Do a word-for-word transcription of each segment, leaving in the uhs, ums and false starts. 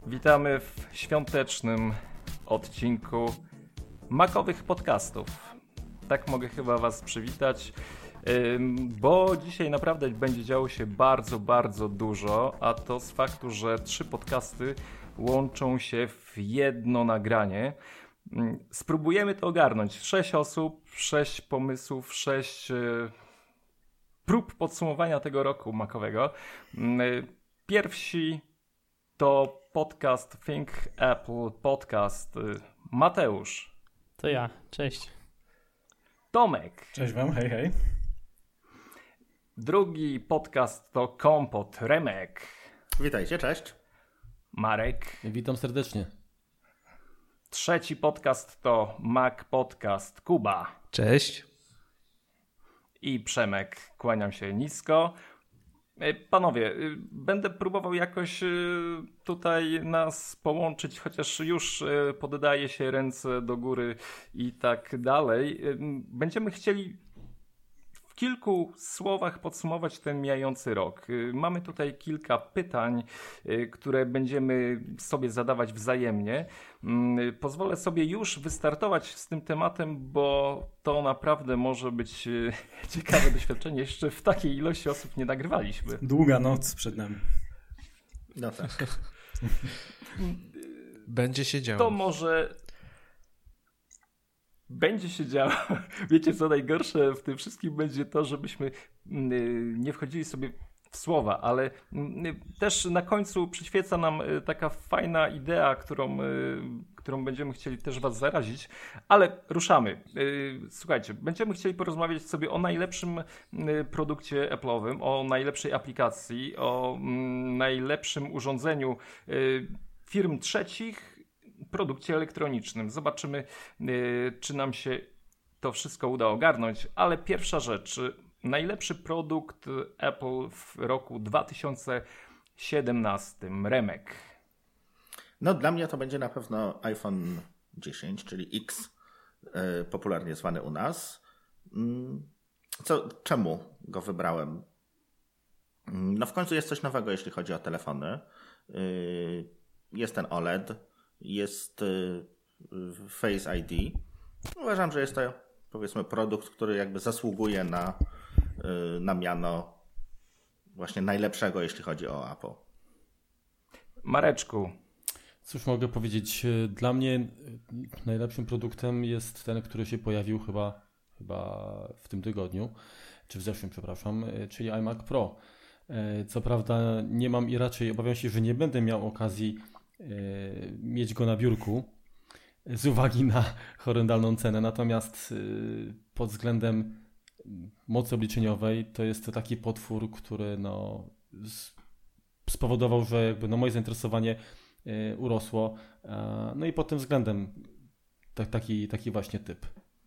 Witamy w świątecznym odcinku Macowych Podcastów. Tak mogę chyba was przywitać, bo dzisiaj naprawdę będzie działo się bardzo, bardzo dużo, a to z faktu, że trzy podcasty łączą się w jedno nagranie. Spróbujemy to ogarnąć. Sześć osób, sześć pomysłów, sześć prób podsumowania tego roku makowego. Pierwsi to podcast Think Apple Podcast. Mateusz. To ja, cześć. Tomek. Cześć wam, hej, hej. Drugi podcast to Kompot, Remek. Witajcie, cześć. Marek. Witam serdecznie. Trzeci podcast to Mac Podcast, Kuba. Cześć. I Przemek. Kłaniam się nisko. Panowie, będę próbował jakoś tutaj nas połączyć, chociaż już poddaje się ręce do góry i tak dalej. Będziemy chcieli w kilku słowach podsumować ten mijający rok. Mamy tutaj kilka pytań, które będziemy sobie zadawać wzajemnie. Pozwolę sobie już wystartować z tym tematem, bo to naprawdę może być ciekawe doświadczenie. Jeszcze w takiej ilości osób nie nagrywaliśmy. Długa noc przed nami. No tak. Będzie się działo. To może... Będzie się działo. Wiecie co najgorsze w tym wszystkim będzie to, żebyśmy nie wchodzili sobie w słowa, ale też na końcu przyświeca nam taka fajna idea, którą, którą będziemy chcieli też was zarazić, ale ruszamy. Słuchajcie, będziemy chcieli porozmawiać sobie o najlepszym produkcie Apple'owym, o najlepszej aplikacji, o najlepszym urządzeniu firm trzecich, produkcie elektronicznym. Zobaczymy, yy, czy nam się to wszystko uda ogarnąć, ale pierwsza rzecz. Najlepszy produkt Apple w roku dwa tysiące siedemnastym. Remek. No dla mnie to będzie na pewno iPhone dziesięć, czyli X, yy, popularnie zwany u nas. Yy, co, czemu go wybrałem? Yy, no w końcu jest coś nowego, jeśli chodzi o telefony. Yy, jest ten O L E D. Jest y, Face I D. Uważam, że jest to, powiedzmy, produkt, który jakby zasługuje na, y, na miano właśnie najlepszego, jeśli chodzi o Apple. Mareczku. Cóż mogę powiedzieć? Dla mnie najlepszym produktem jest ten, który się pojawił chyba, chyba w tym tygodniu, czy w zeszłym, przepraszam, czyli iMac Pro. Co prawda nie mam i raczej obawiam się, że nie będę miał okazji mieć go na biurku z uwagi na horrendalną cenę, natomiast pod względem mocy obliczeniowej to jest to taki potwór, który no, spowodował, że jakby no, moje zainteresowanie urosło, no i pod tym względem taki, taki właśnie typ.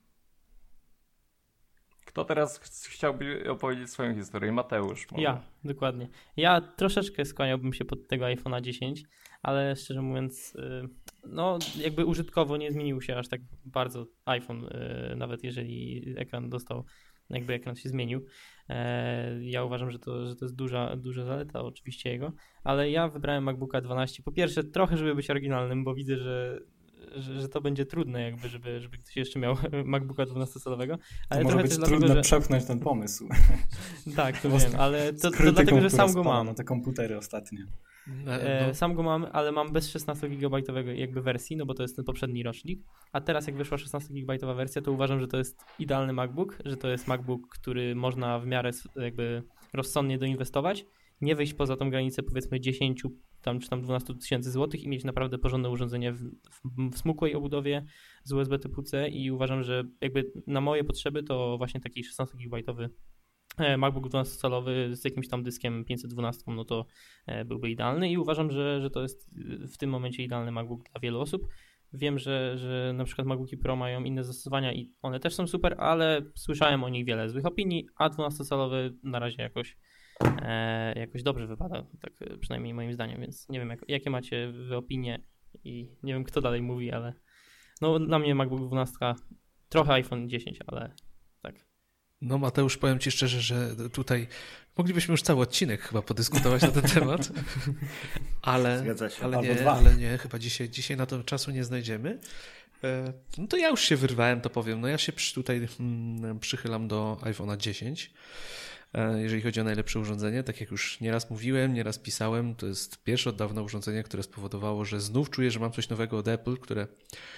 Kto teraz chciałby opowiedzieć swoją historię? Mateusz. Może. Ja, dokładnie. Ja troszeczkę skłaniałbym się pod tego iPhone'a dziesięć, ale szczerze mówiąc, no jakby użytkowo nie zmienił się aż tak bardzo iPhone, nawet jeżeli ekran dostał, jakby ekran się zmienił. Ja uważam, że to, że to jest duża, duża zaleta oczywiście jego, ale ja wybrałem MacBooka dwanaście. Po pierwsze trochę, żeby być oryginalnym, bo widzę, że Że, że to będzie trudne jakby, żeby, żeby ktoś jeszcze miał MacBooka dwunastocalowego. Ale to może być trudne dlatego, że... przepchnąć ten pomysł. Tak, to wiem, ale to, to dlatego, że sam go mam. Na te komputery ostatnio. E, sam go mam, ale mam bez szesnastogigabajtowej jakby wersji, no bo to jest ten poprzedni rocznik. A teraz jak wyszła szesnastogigabajtowa wersja, to uważam, że to jest idealny MacBook, że to jest MacBook, który można w miarę jakby rozsądnie doinwestować, nie wyjść poza tą granicę powiedzmy dziesięć tam, czy tam dwanaście tysięcy złotych i mieć naprawdę porządne urządzenie w, w, w smukłej obudowie z U S B typu C i uważam, że jakby na moje potrzeby to właśnie taki szesnastogigabajtowy MacBook dwunastocalowy z jakimś tam dyskiem pięćset dwanaście, no to byłby idealny i uważam, że, że to jest w tym momencie idealny MacBook dla wielu osób. Wiem, że, że na przykład MacBooki Pro mają inne zastosowania i one też są super, ale słyszałem o nich wiele złych opinii, a dwunastocalowy na razie jakoś E, jakoś dobrze wypada, tak przynajmniej moim zdaniem, więc nie wiem jak, jakie macie wy opinie i nie wiem kto dalej mówi, ale no dla mnie MacBook dwanaście, trochę iPhone dziesięć, ale tak. No Mateusz, powiem Ci szczerze, że tutaj moglibyśmy już cały odcinek chyba podyskutować na ten temat, ale, ale, nie, ale nie, chyba dzisiaj, dzisiaj na to czasu nie znajdziemy. No to ja już się wyrwałem, to powiem. No ja się przy, tutaj hmm, przychylam do iPhone'a dziesięć, jeżeli chodzi o najlepsze urządzenie. Tak jak już nieraz mówiłem, nieraz pisałem, to jest pierwsze od dawna urządzenie, które spowodowało, że znów czuję, że mam coś nowego od Apple, które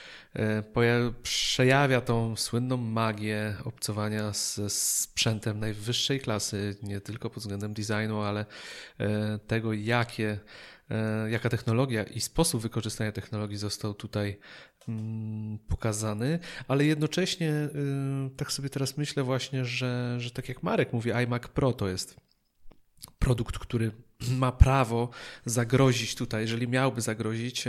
przejawia tą słynną magię obcowania ze sprzętem najwyższej klasy, nie tylko pod względem designu, ale tego, jakie, jaka technologia i sposób wykorzystania technologii został tutaj pokazany, ale jednocześnie tak sobie teraz myślę właśnie, że, że tak jak Marek mówi, iMac Pro to jest produkt, który ma prawo zagrozić tutaj, jeżeli miałby zagrozić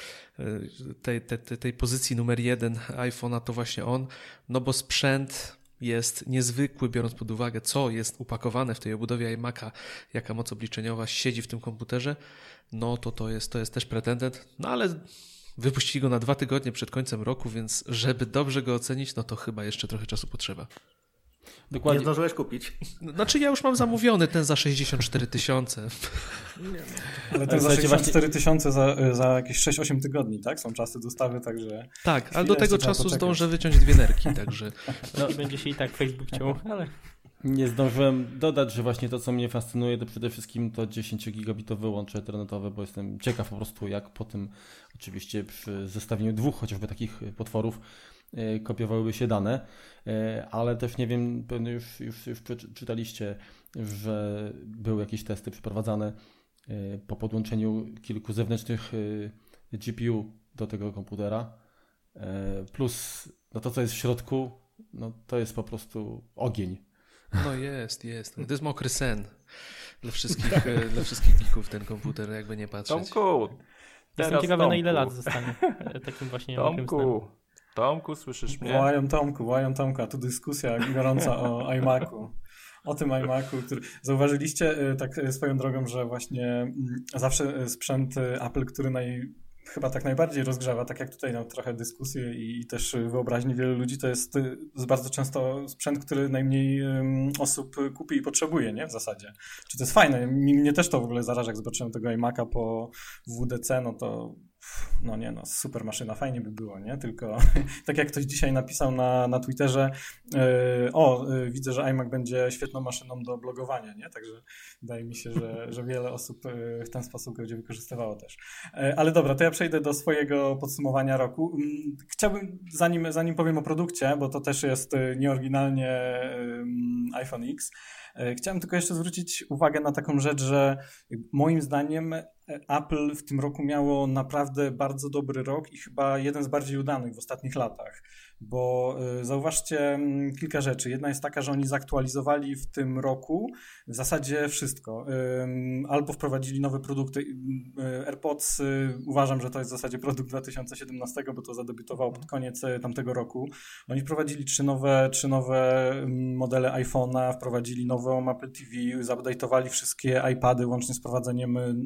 tej, tej, tej pozycji numer jeden iPhone'a, to właśnie on, no bo sprzęt jest niezwykły, biorąc pod uwagę, co jest upakowane w tej obudowie iMac'a, jaka moc obliczeniowa siedzi w tym komputerze, no to to jest, to jest też pretendent, no ale wypuścili go na dwa tygodnie przed końcem roku, więc żeby dobrze go ocenić, no to chyba jeszcze trochę czasu potrzeba. Dokładnie. Nie zdążyłeś kupić. Znaczy ja już mam zamówiony ten za sześćdziesiąt cztery tysiące. Ale ten za sześćdziesiąt cztery tysiące za, za jakieś sześć osiem tygodni, tak? Są czasy dostawy, także... Tak, ale do tego czasu zdążę wyciąć dwie nerki, także... No i będzie się i tak Facebook ciął, ale... Nie zdążyłem dodać, że właśnie to, co mnie fascynuje, to przede wszystkim to dziesięciogigabitowe łącze internetowe, bo jestem ciekaw po prostu, jak po tym oczywiście przy zestawieniu dwóch chociażby takich potworów kopiowałyby się dane, ale też nie wiem, pewnie już, już, już czytaliście, że były jakieś testy przeprowadzane po podłączeniu kilku zewnętrznych G P U do tego komputera, plus no to, co jest w środku, no to jest po prostu ogień. No jest, jest. To jest mokry sen dla wszystkich, dla wszystkich geeków ten komputer, jakby nie patrzeć. Tomku, Jestem ciekawy, Tomku. Na ile lat zostanie takim właśnie Tomku, Tomku, słyszysz mnie? Wołają Tomku, wołają Tomka. Tu dyskusja gorąca o iMacu. O tym iMacu, który... Zauważyliście tak swoją drogą, że właśnie zawsze sprzęt Apple, który naj... chyba tak najbardziej rozgrzewa, tak jak tutaj nam trochę dyskusję i, i też wyobraźni wielu ludzi, to jest, to jest bardzo często sprzęt, który najmniej um, osób kupi i potrzebuje, nie? W zasadzie. Czy to jest fajne? Mnie też to w ogóle zaraża, jak zobaczyłem tego iMaca po W D C, no to no nie no, super maszyna, fajnie by było, nie? Tylko tak jak ktoś dzisiaj napisał na, na Twitterze, yy, o, yy, widzę, że iMac będzie świetną maszyną do blogowania, nie? Także wydaje mi się, że, że wiele osób yy, w ten sposób go będzie wykorzystywało też. Yy, ale dobra, to ja przejdę do swojego podsumowania roku. Yy, chciałbym, zanim, zanim powiem o produkcie, bo to też jest yy, nieoryginalnie yy, iPhone X, yy, chciałem tylko jeszcze zwrócić uwagę na taką rzecz, że yy, moim zdaniem Apple w tym roku miało naprawdę bardzo dobry rok i chyba jeden z bardziej udanych w ostatnich latach, bo y, zauważcie y, kilka rzeczy. Jedna jest taka, że oni zaktualizowali w tym roku w zasadzie wszystko. Y, albo wprowadzili nowe produkty. Y, AirPods, y, uważam, że to jest w zasadzie produkt dwa tysiące siedemnastego, bo to zadebiutowało pod koniec y, tamtego roku. Oni wprowadzili trzy nowe, trzy nowe y, modele iPhone'a, wprowadzili nową Apple T V, zaupdate'owali wszystkie iPady łącznie z prowadzeniem y,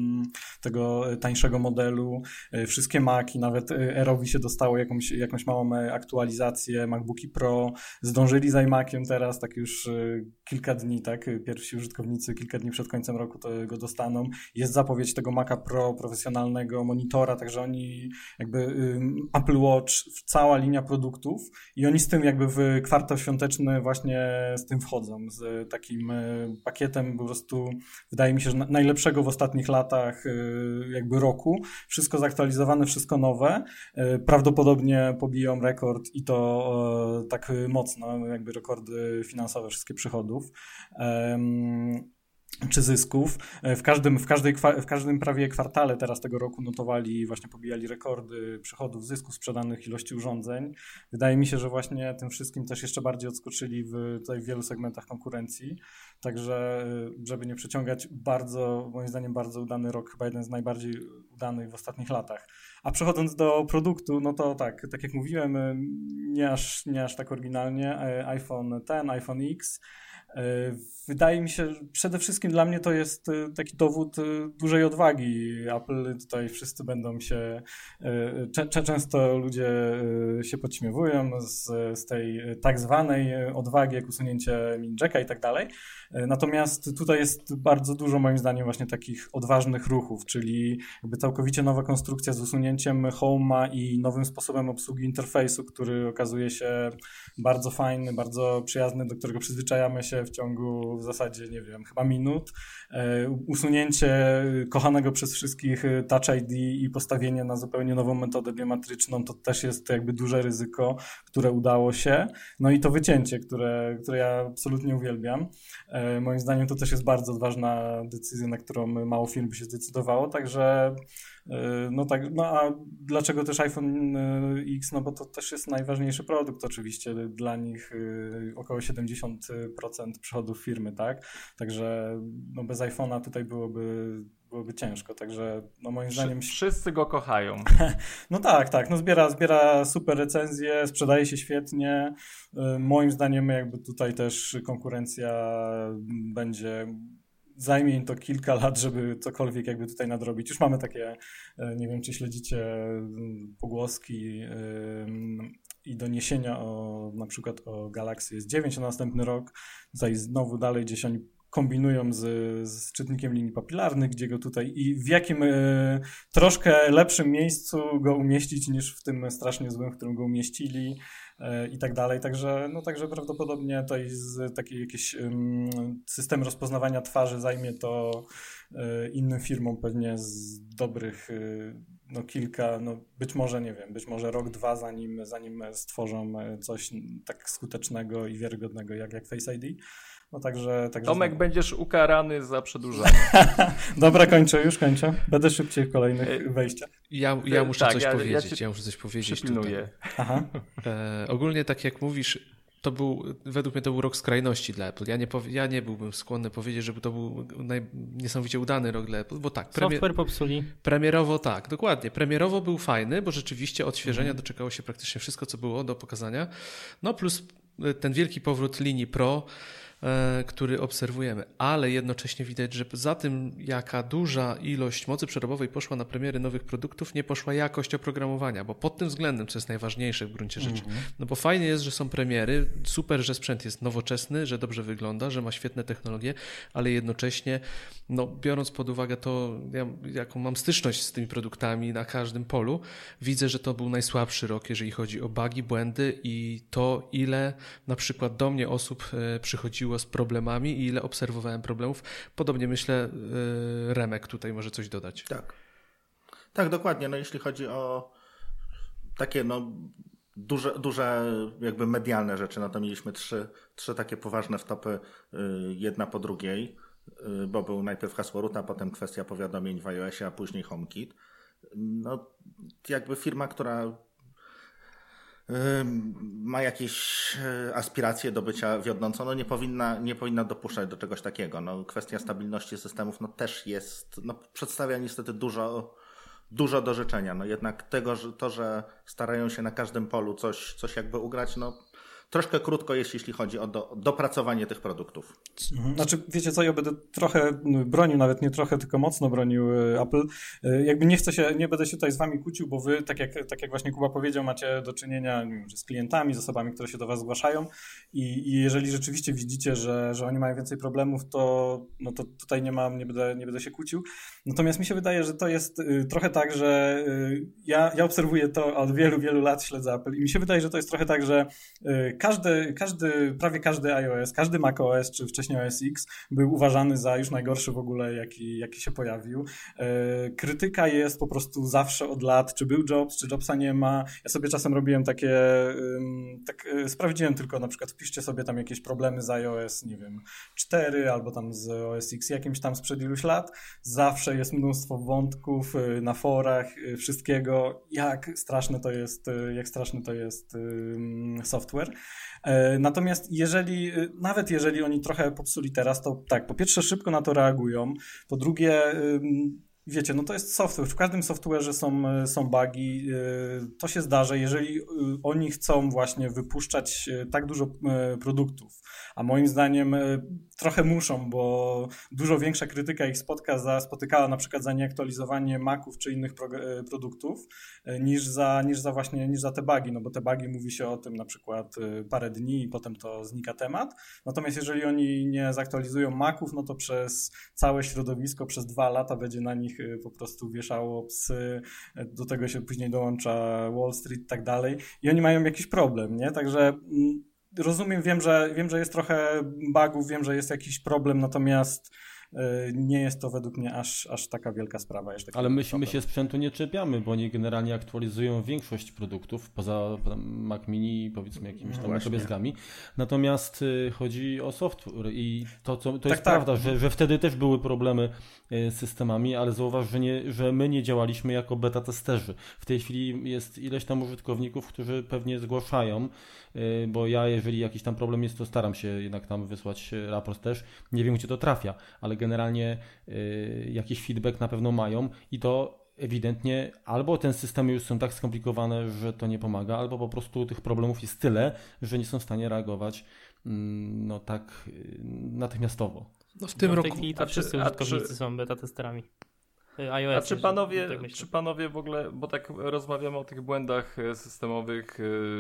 tego tańszego modelu, wszystkie Maci, nawet Airowi się dostało jakąś, jakąś małą aktualizację, MacBooki Pro, zdążyli z iMaciem teraz, tak już kilka dni, tak, pierwsi użytkownicy kilka dni przed końcem roku to go dostaną. Jest zapowiedź tego Maca Pro profesjonalnego, monitora, także oni jakby Apple Watch, cała linia produktów i oni z tym jakby w kwartał świąteczny właśnie z tym wchodzą, z takim pakietem po prostu, wydaje mi się, że najlepszego w ostatnich latach jakby roku. Wszystko zaktualizowane, wszystko nowe. Prawdopodobnie pobiją rekord i to tak mocno, jakby rekordy finansowe, wszystkie przychodów czy zysków. W każdym, w, każdej, w każdym prawie kwartale teraz tego roku notowali, właśnie pobijali rekordy przychodów, zysków, sprzedanych ilości urządzeń. Wydaje mi się, że właśnie tym wszystkim też jeszcze bardziej odskoczyli w, tutaj w wielu segmentach konkurencji. Także, żeby nie przeciągać, bardzo, moim zdaniem bardzo udany rok, chyba jeden z najbardziej udanych w ostatnich latach. A przechodząc do produktu, no to tak, tak jak mówiłem, nie aż, nie aż tak oryginalnie, iPhone X, iPhone X, Wydaje mi się, że przede wszystkim dla mnie to jest taki dowód dużej odwagi. Apple tutaj wszyscy będą się, cze- często ludzie się podśmiewują z, z tej tak zwanej odwagi, jak usunięcie mini jacka i tak dalej. Natomiast tutaj jest bardzo dużo moim zdaniem właśnie takich odważnych ruchów, czyli jakby całkowicie nowa konstrukcja z usunięciem Home'a i nowym sposobem obsługi interfejsu, który okazuje się bardzo fajny, bardzo przyjazny, do którego przyzwyczajamy się w ciągu w zasadzie, nie wiem, chyba minut. Usunięcie kochanego przez wszystkich Touch I D i postawienie na zupełnie nową metodę biometryczną to też jest jakby duże ryzyko, które udało się. No i to wycięcie, które, które ja absolutnie uwielbiam. Moim zdaniem to też jest bardzo odważna decyzja, na którą mało firm by się zdecydowało, także no tak, no a dlaczego też iPhone X? No bo to też jest najważniejszy produkt oczywiście, dla nich około siedemdziesiąt procent przychodów firmy, tak? Także no bez iPhone'a tutaj byłoby byłoby ciężko, także no moim Wszy- zdaniem... Wszyscy go kochają. No tak, tak, no zbiera, zbiera super recenzje, sprzedaje się świetnie. Moim zdaniem jakby tutaj też konkurencja będzie... Zajmie im to kilka lat, żeby cokolwiek jakby tutaj nadrobić. Już mamy takie, nie wiem, czy śledzicie pogłoski i doniesienia o na przykład o Galaxy S dziewięć na następny rok. Tutaj znowu dalej gdzieś oni kombinują z, z czytnikiem linii papilarnych, gdzie go tutaj i w jakim y, troszkę lepszym miejscu go umieścić niż w tym strasznie złym, w którym go umieścili y, i tak dalej. Także, no, także prawdopodobnie tutaj z taki jakiś y, system rozpoznawania twarzy zajmie to y, innym firmom pewnie z dobrych y, no kilka, no być może, nie wiem, być może rok, dwa, zanim, zanim stworzą coś tak skutecznego i wiarygodnego jak, jak Face I D. No także, także Tomek, znowu. Będziesz ukarany za przedłużanie. Dobra, kończę już, kończę. Będę szybciej w kolejnych wejściach. Ja, ja muszę tak, coś ja, powiedzieć, ja, ja muszę coś powiedzieć przypilnuję. Aha. E, ogólnie tak jak mówisz, to był, według mnie to był rok skrajności dla Apple. Ja nie, powie, ja nie byłbym skłonny powiedzieć, żeby to był naj, niesamowicie udany rok dla Apple, bo tak. Premier, Software popsuli. Premierowo tak, dokładnie. Premierowo był fajny, bo rzeczywiście odświeżenia Mhm. doczekało się praktycznie wszystko, co było do pokazania. No plus ten wielki powrót linii Pro, który obserwujemy, ale jednocześnie widać, że za tym, jaka duża ilość mocy przerobowej poszła na premiery nowych produktów, nie poszła jakość oprogramowania, bo pod tym względem, co jest najważniejsze w gruncie rzeczy, Mhm. no bo fajnie jest, że są premiery, super, że sprzęt jest nowoczesny, że dobrze wygląda, że ma świetne technologie, ale jednocześnie, no biorąc pod uwagę to, ja, jaką mam styczność z tymi produktami na każdym polu, widzę, że to był najsłabszy rok, jeżeli chodzi o bugi, błędy i to, ile na przykład do mnie osób e, przychodziło z problemami i ile obserwowałem problemów. Podobnie myślę, yy, Remek tutaj może coś dodać. Tak. Tak, dokładnie. No jeśli chodzi o takie no duże, duże jakby medialne rzeczy, no to mieliśmy trzy, trzy takie poważne wtopy, yy, jedna po drugiej, yy, bo był najpierw hasło root, a potem kwestia powiadomień w iOSie, a później HomeKit. No jakby firma, która ma jakieś aspiracje do bycia wiodącą, no nie powinna, nie powinna dopuszczać do czegoś takiego. No, kwestia stabilności systemów no też jest, no przedstawia niestety dużo, dużo do życzenia. No jednak tego, że to, że starają się na każdym polu coś, coś jakby ugrać, no troszkę krótko jest, jeśli chodzi o do, dopracowanie tych produktów. Mhm. Znaczy, wiecie co, ja będę trochę bronił, nawet nie trochę, tylko mocno bronił Apple. Jakby nie chcę się, nie będę się tutaj z wami kłócił, bo wy, tak jak, tak jak właśnie Kuba powiedział, macie do czynienia nie wiem, z klientami, z osobami, które się do was zgłaszają i, i jeżeli rzeczywiście widzicie, że, że oni mają więcej problemów, to, no to tutaj nie mam, nie będę, nie będę się kłócił. Natomiast mi się wydaje, że to jest y, trochę tak, że y, ja, ja obserwuję to od wielu, wielu lat, śledzę Apple i mi się wydaje, że to jest trochę tak, że y, Każdy, każdy, prawie każdy iOS, każdy macOS, czy wcześniej O S X był uważany za już najgorszy w ogóle, jaki, jaki się pojawił. E, krytyka jest po prostu zawsze od lat, czy był Jobs, czy Jobsa nie ma. Ja sobie czasem robiłem takie, um, tak e, sprawdziłem tylko, na przykład wpiszcie sobie tam jakieś problemy z iOS, nie wiem, cztery albo tam z O S X jakimś tam sprzed iluś lat. Zawsze jest mnóstwo wątków e, na forach, e, wszystkiego, jak straszne to jest, e, jak straszny to jest e, software. Natomiast jeżeli, nawet jeżeli oni trochę popsuli teraz, to tak, po pierwsze szybko na to reagują, po drugie wiecie, no to jest software. W każdym software'ze są, są bugi. To się zdarza, jeżeli oni chcą właśnie wypuszczać tak dużo produktów. A moim zdaniem trochę muszą, bo dużo większa krytyka ich spotka za, spotykała na przykład za nieaktualizowanie Maców czy innych pro, produktów niż za, niż za właśnie niż za te bugi, no bo te bugi mówi się o tym na przykład parę dni i potem to znika temat. Natomiast jeżeli oni nie zaktualizują Maców, no to przez całe środowisko przez dwa lata będzie na nich po prostu wieszało psy, do tego się później dołącza Wall Street i tak dalej i oni mają jakiś problem, nie? Także rozumiem, wiem, że wiem, że jest trochę bugów, wiem, że jest jakiś problem, natomiast nie jest to według mnie aż, aż taka wielka sprawa. Jeszcze Ale my, my się sprzętu nie czepiamy, bo oni generalnie aktualizują większość produktów, poza Mac Mini i powiedzmy jakimiś tam drobiazgami. Natomiast y, chodzi o software i to, co, to tak, jest tak. prawda, że, że wtedy też były problemy y, z systemami, ale zauważ, że, nie, że my nie działaliśmy jako beta testerzy. W tej chwili jest ileś tam użytkowników, którzy pewnie zgłaszają, y, bo ja jeżeli jakiś tam problem jest, to staram się jednak tam wysłać raport też. Nie wiem, gdzie to trafia, ale generalnie y, jakiś feedback na pewno mają i to ewidentnie albo te systemy już są tak skomplikowane, że to nie pomaga, albo po prostu tych problemów jest tyle, że nie są w stanie reagować y, no tak y, natychmiastowo. No w tym no w tej roku chwili to wszyscy użytkownicy czy... są beta testerami. iOS. A czy panowie, tak czy panowie w ogóle, bo tak rozmawiamy o tych błędach systemowych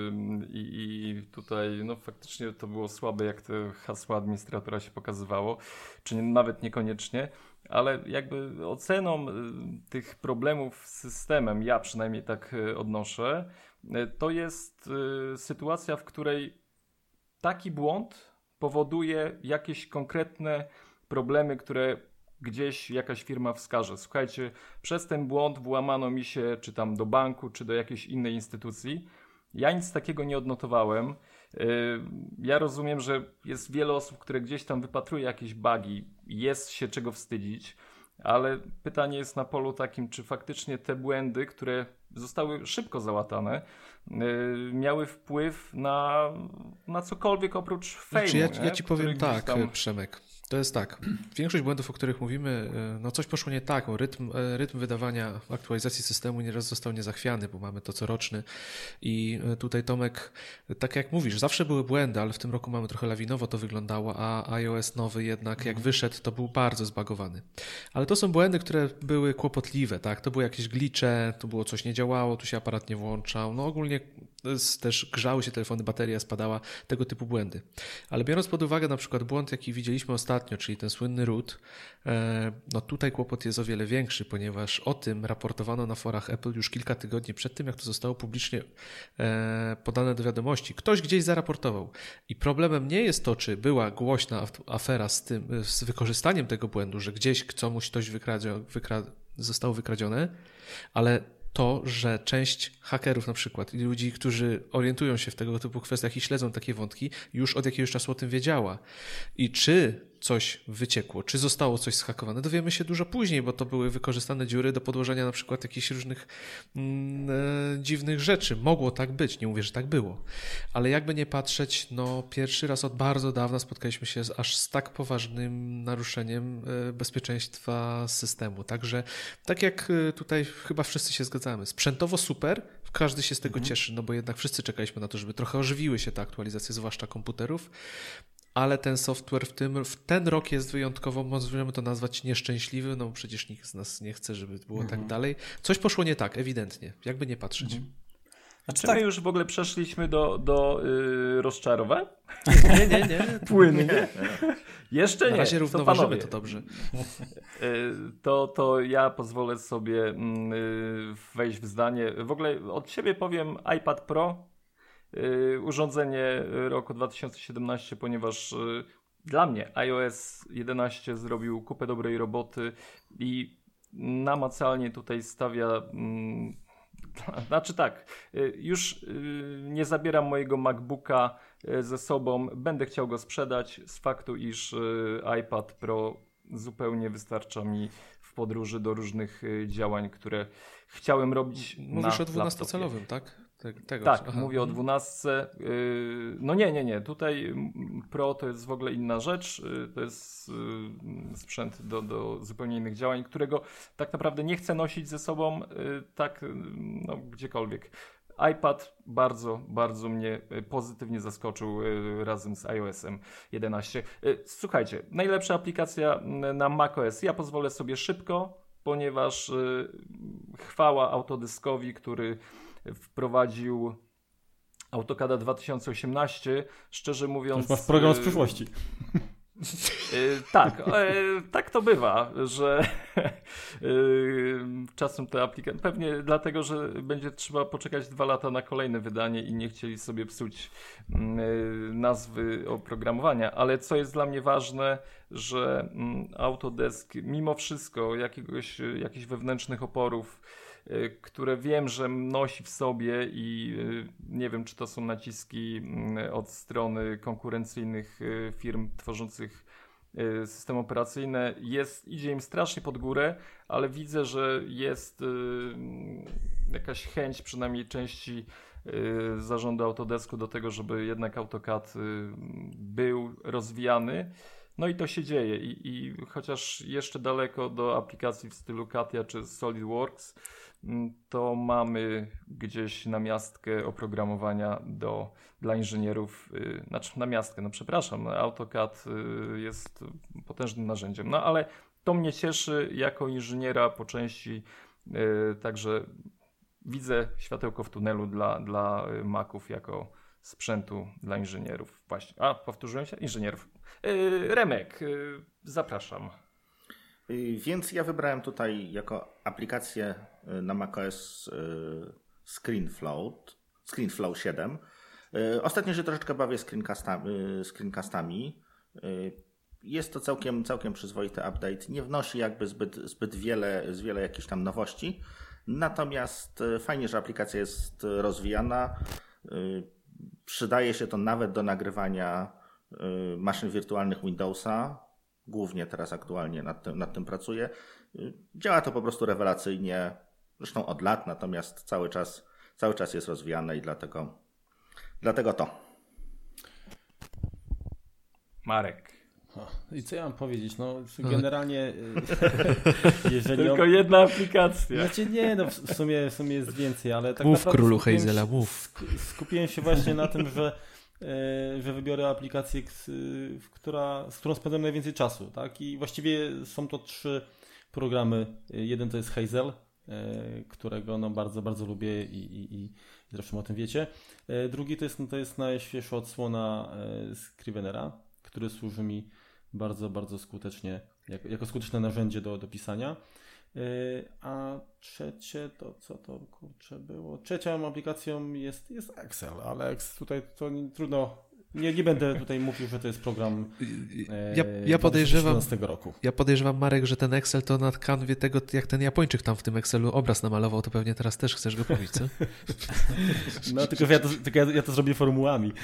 i, i tutaj no faktycznie to było słabe, jak te hasła administratora się pokazywało, czy nie, nawet niekoniecznie, ale jakby oceną tych problemów z systemem, ja przynajmniej tak odnoszę, to jest sytuacja, w której taki błąd powoduje jakieś konkretne problemy, które gdzieś jakaś firma wskaże. Słuchajcie, przez ten błąd włamano mi się, czy tam do banku, czy do jakiejś innej instytucji. Ja nic takiego nie odnotowałem. Ja rozumiem, że jest wiele osób, które gdzieś tam wypatruje jakieś bugi, jest się czego wstydzić, ale pytanie jest na polu takim, czy faktycznie te błędy, które zostały szybko załatane, miały wpływ na, na cokolwiek oprócz fejmu. Znaczy ja, ja ci powiem tak, tam... Przemek. To jest tak, większość błędów, o których mówimy, no coś poszło nie tak, rytm, rytm wydawania aktualizacji systemu nieraz został niezachwiany, bo mamy to coroczny i tutaj Tomek, tak jak mówisz, zawsze były błędy, ale w tym roku mamy trochę lawinowo to wyglądało, a iOS nowy jednak jak wyszedł, to był bardzo zbagowany. Ale to są błędy, które były kłopotliwe, tak, to były jakieś glitche, tu było coś nie działało, tu się aparat nie włączał, no ogólnie też grzały się telefony, bateria spadała, tego typu błędy. Ale biorąc pod uwagę na przykład błąd, jaki widzieliśmy ostatnio, czyli ten słynny root, no tutaj kłopot jest o wiele większy, ponieważ o tym raportowano na forach Apple już kilka tygodni przed tym, jak to zostało publicznie podane do wiadomości. Ktoś gdzieś zaraportował. I problemem nie jest to, czy była głośna afera z tym, z wykorzystaniem tego błędu, że gdzieś komuś coś wykradzio, wykra, zostało wykradzione, ale to, że część hakerów na przykład i ludzi, którzy orientują się w tego typu kwestiach i śledzą takie wątki, już od jakiegoś czasu o tym wiedziała. I czy coś wyciekło, czy zostało coś zhakowane, dowiemy się dużo później, bo to były wykorzystane dziury do podłożenia na przykład jakichś różnych mm, e, dziwnych rzeczy. Mogło tak być, nie mówię, że tak było. Ale jakby nie patrzeć, no pierwszy raz od bardzo dawna spotkaliśmy się z, aż z tak poważnym naruszeniem e, bezpieczeństwa systemu. Także tak jak e, tutaj chyba wszyscy się zgadzamy. Sprzętowo super, każdy się z tego mhm. cieszy, no bo jednak wszyscy czekaliśmy na to, żeby trochę ożywiły się te aktualizacje, zwłaszcza komputerów. Ale ten software w, tym, w ten rok jest wyjątkowo, możemy to nazwać nieszczęśliwy, no bo przecież nikt z nas nie chce, żeby było mhm. tak dalej. Coś poszło nie tak, ewidentnie, jakby nie patrzeć. Mhm. A czy tak... my już w ogóle przeszliśmy do, do yy, rozczarowań? Nie, nie, nie. Płynnie. Jeszcze nie. Na razie równoważymy to dobrze. To, to ja pozwolę sobie wejść w zdanie. W ogóle od siebie powiem iPad Pro. Urządzenie roku dwa tysiące siedemnaście, ponieważ dla mnie iOS jedenaście zrobił kupę dobrej roboty i namacalnie tutaj stawia, znaczy tak, już nie zabieram mojego MacBooka ze sobą, będę chciał go sprzedać z faktu, iż iPad Pro zupełnie wystarcza mi w podróży do różnych działań, które chciałem robić. Mówisz na o dwunastocalowym, tak? Te, tego, tak, aha. mówię o dwunastce. No nie, nie, nie. Tutaj Pro to jest w ogóle inna rzecz. To jest sprzęt do, do zupełnie innych działań, którego tak naprawdę nie chcę nosić ze sobą tak no, gdziekolwiek. iPad bardzo, bardzo mnie pozytywnie zaskoczył razem z iOS-em jedenaście. Słuchajcie, najlepsza aplikacja na macOS. Ja pozwolę sobie szybko, ponieważ chwała Autodeskowi, który wprowadził AutoCAD dwa tysiące osiemnaście. Szczerze mówiąc... Już masz program z przyszłości. Yy, tak, yy, tak to bywa, że yy, czasem te aplikacje, pewnie dlatego, że będzie trzeba poczekać dwa lata na kolejne wydanie i nie chcieli sobie psuć yy, nazwy oprogramowania, ale co jest dla mnie ważne, że yy, Autodesk mimo wszystko jakiegoś, jakichś wewnętrznych oporów, które wiem, że nosi w sobie i nie wiem, czy to są naciski od strony konkurencyjnych firm tworzących systemy operacyjne, jest, idzie im strasznie pod górę, ale widzę, że jest jakaś chęć przynajmniej części zarządu Autodesku do tego, żeby jednak AutoCAD był rozwijany. No i to się dzieje I, i chociaż jeszcze daleko do aplikacji w stylu Katia czy SolidWorks, to mamy gdzieś namiastkę oprogramowania do, dla inżynierów, yy, znaczy namiastkę, no przepraszam, AutoCAD yy, jest potężnym narzędziem, no ale to mnie cieszy jako inżyniera po części, yy, także widzę światełko w tunelu dla, dla Maców jako sprzętu dla inżynierów. Właśnie, a powtórzyłem się? Inżynierów. Yy, Remek, yy, zapraszam. Więc ja wybrałem tutaj jako aplikację na macOS ScreenFlow, ScreenFlow siedem. Ostatnio się troszeczkę bawię screencastami. screencastami. Jest to całkiem, całkiem przyzwoity update. Nie wnosi jakby zbyt, zbyt wiele, wiele jakichś tam nowości. Natomiast fajnie, że aplikacja jest rozwijana. Przydaje się to nawet do nagrywania maszyn wirtualnych Windowsa. Głównie teraz aktualnie nad tym, nad tym pracuję. Działa to po prostu rewelacyjnie, zresztą od lat, natomiast cały czas, cały czas jest rozwijane i dlatego, dlatego to. Marek. I co ja mam powiedzieć? No generalnie jeżeli Tylko on... jedna aplikacja. Znaczy nie, no w sumie, w sumie jest więcej, ale tak mów naprawdę królu skupiłem Hazela, się, mów. Skupiłem się właśnie na tym, że że wybiorę aplikację, która, z którą spędzam najwięcej czasu, tak? I właściwie są to trzy programy. Jeden to jest Hazel, którego no bardzo, bardzo lubię i, i, i zresztą o tym wiecie. Drugi to jest, no to jest najświeższa odsłona Scrivenera, który służy mi bardzo, bardzo skutecznie, jako, jako skuteczne narzędzie do, do pisania. A trzecie to co to kurczę było? Trzecią aplikacją jest, jest Excel, ale tutaj to nie, trudno, nie, nie będę tutaj mówił, że to jest program e, ja, ja podejrzewam, roku. Ja podejrzewam, Marek, że ten Excel to na kanwie tego, jak ten Japończyk tam w tym Excelu obraz namalował, to pewnie teraz też chcesz go pobić, co? No tylko, że ja to, tylko ja, ja to zrobię formułami.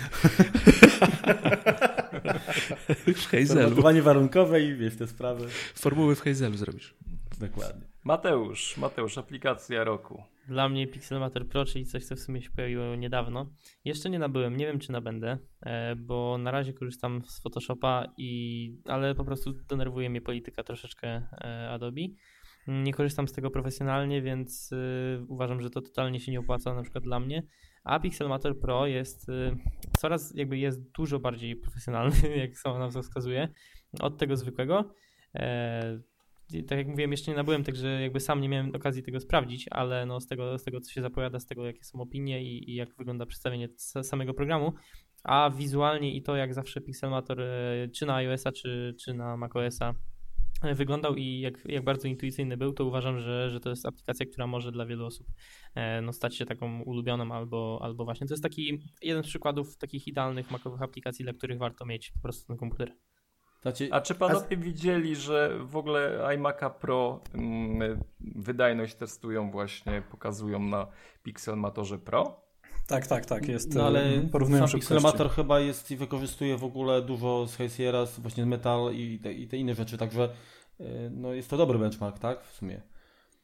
W Hazelu. Formułowanie warunkowe i wiesz te sprawy. Formuły w Hazelu zrobisz. Dokładnie. Mateusz, Mateusz, aplikacja roku. Dla mnie Pixelmator Pro, czyli coś, co w sumie się pojawiło niedawno. Jeszcze nie nabyłem, nie wiem czy nabędę, bo na razie korzystam z Photoshopa, i, ale po prostu denerwuje mnie polityka troszeczkę Adobe. Nie korzystam z tego profesjonalnie, więc uważam, że to totalnie się nie opłaca na przykład dla mnie. A Pixelmator Pro jest coraz jakby jest dużo bardziej profesjonalny, jak sama nazwa wskazuje, od tego zwykłego. Tak jak mówiłem, jeszcze nie nabyłem, także jakby sam nie miałem okazji tego sprawdzić, ale no z tego, z tego co się zapowiada, z tego jakie są opinie i, i jak wygląda przedstawienie samego programu, a wizualnie i to jak zawsze Pixelmator czy na iOS-a, czy, czy na macOS-a wyglądał i jak, jak bardzo intuicyjny był, to uważam, że, że to jest aplikacja, która może dla wielu osób no, stać się taką ulubioną albo, albo właśnie. To jest taki jeden z przykładów takich idealnych macowych aplikacji, dla których warto mieć po prostu ten komputer. Znaczy, a czy panowie a... widzieli, że w ogóle iMac'a Pro mm, wydajność testują właśnie, pokazują na Pixelmatorze Pro? Tak, tak, tak, jest. No ale porównują sam Pixelmator chyba jest i wykorzystuje w ogóle dużo z High Sierra, właśnie z Metal i te, i te inne rzeczy, także no jest to dobry benchmark, tak, w sumie.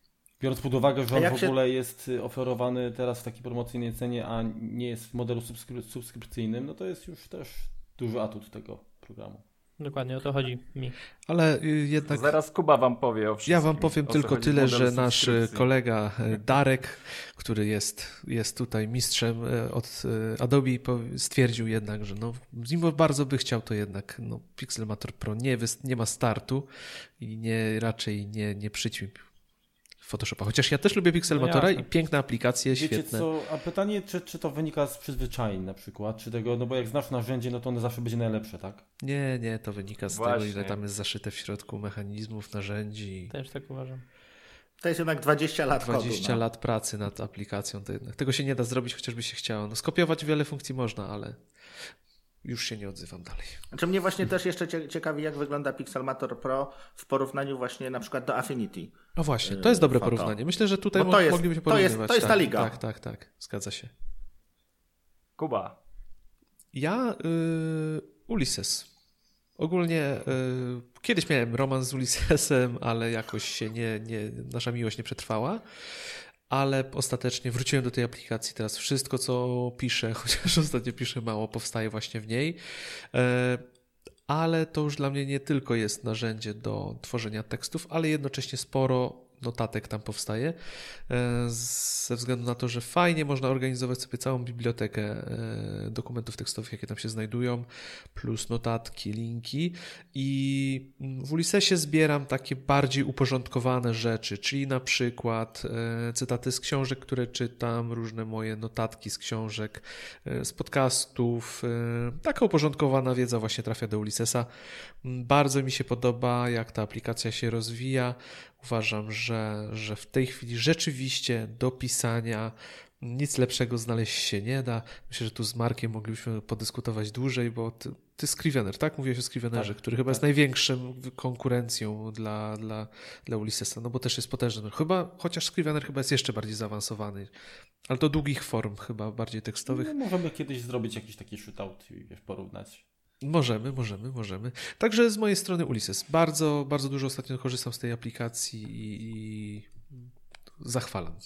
Biorąc pod uwagę, że on w się... ogóle jest oferowany teraz w takiej promocyjnej cenie, a nie jest w modelu subskry- subskrypcyjnym, no to jest już też duży atut tego programu. Dokładnie, o to chodzi mi. Ale jednak... Zaraz Kuba wam powie o wszystkim. Ja wam powiem tylko tyle, że nasz kolega Darek, który jest, jest tutaj mistrzem od Adobe, stwierdził jednak, że no, mimo bardzo by chciał, to jednak no, Pixelmator Pro nie, nie ma startu i nie, raczej nie, nie przyćmi Photoshopa. Chociaż ja też lubię Pixelmatora no i piękne aplikacje, Wiecie świetne. Co, a pytanie, czy, czy to wynika z przyzwyczajeń na przykład, czy tego, no bo jak znasz narzędzie, no to ono zawsze będzie najlepsze, tak? Nie, nie, to wynika z Właśnie. tego, ile tam jest zaszyte w środku mechanizmów, narzędzi. Też tak uważam. To jest jednak dwadzieścia lat dwadzieścia kodu, no. lat pracy nad aplikacją, to jednak. Tego się nie da zrobić, chociażby się chciało. No, skopiować wiele funkcji można, ale już się nie odzywam dalej. Znaczy mnie właśnie też jeszcze ciekawi, jak wygląda Pixelmator Pro w porównaniu właśnie na przykład do Affinity. No właśnie, to jest dobre Foto. porównanie. Myślę, że tutaj Bo to jest, moglibyśmy to jest, porównywać. to jest ta tak, liga. Tak, tak, tak. Zgadza się. Kuba. Ja y, Ulysses. Ogólnie y, kiedyś miałem romans z Ulyssesem, ale jakoś się nie, nie, nasza miłość nie przetrwała. Ale ostatecznie wróciłem do tej aplikacji. Teraz wszystko, co piszę, chociaż ostatnio piszę mało, powstaje właśnie w niej. E, ale to już dla mnie nie tylko jest narzędzie do tworzenia tekstów, ale jednocześnie sporo notatek tam powstaje. E, ze względu na to, że fajnie można organizować sobie całą bibliotekę e, dokumentów tekstowych, jakie tam się znajdują, plus notatki, linki. I w Ulyssesie zbieram takie bardziej uporządkowane rzeczy, czyli na przykład e, cytaty z książek, które czytam, różne moje notatki z książek, e, z podcastów. E, taka uporządkowana wiedza właśnie trafia do Ulyssesa. Bardzo mi się podoba, jak ta aplikacja się rozwija. Uważam, że, że w tej chwili rzeczywiście do pisania nic lepszego znaleźć się nie da. Myślę, że tu z Markiem moglibyśmy podyskutować dłużej, bo ty, ty Scrivener, tak? Mówiłeś o Scrivenerze, tak, który chyba tak. jest największą konkurencją dla, dla, dla Ulyssesa, no bo też jest potężny. Chyba, chociaż Scrivener chyba jest jeszcze bardziej zaawansowany, ale to długich form chyba, bardziej tekstowych. No, możemy kiedyś zrobić jakiś taki shootout i wiesz, porównać. Możemy, możemy, możemy. Także z mojej strony Ulysses. Bardzo, bardzo dużo ostatnio korzystam z tej aplikacji i, i zachwalam.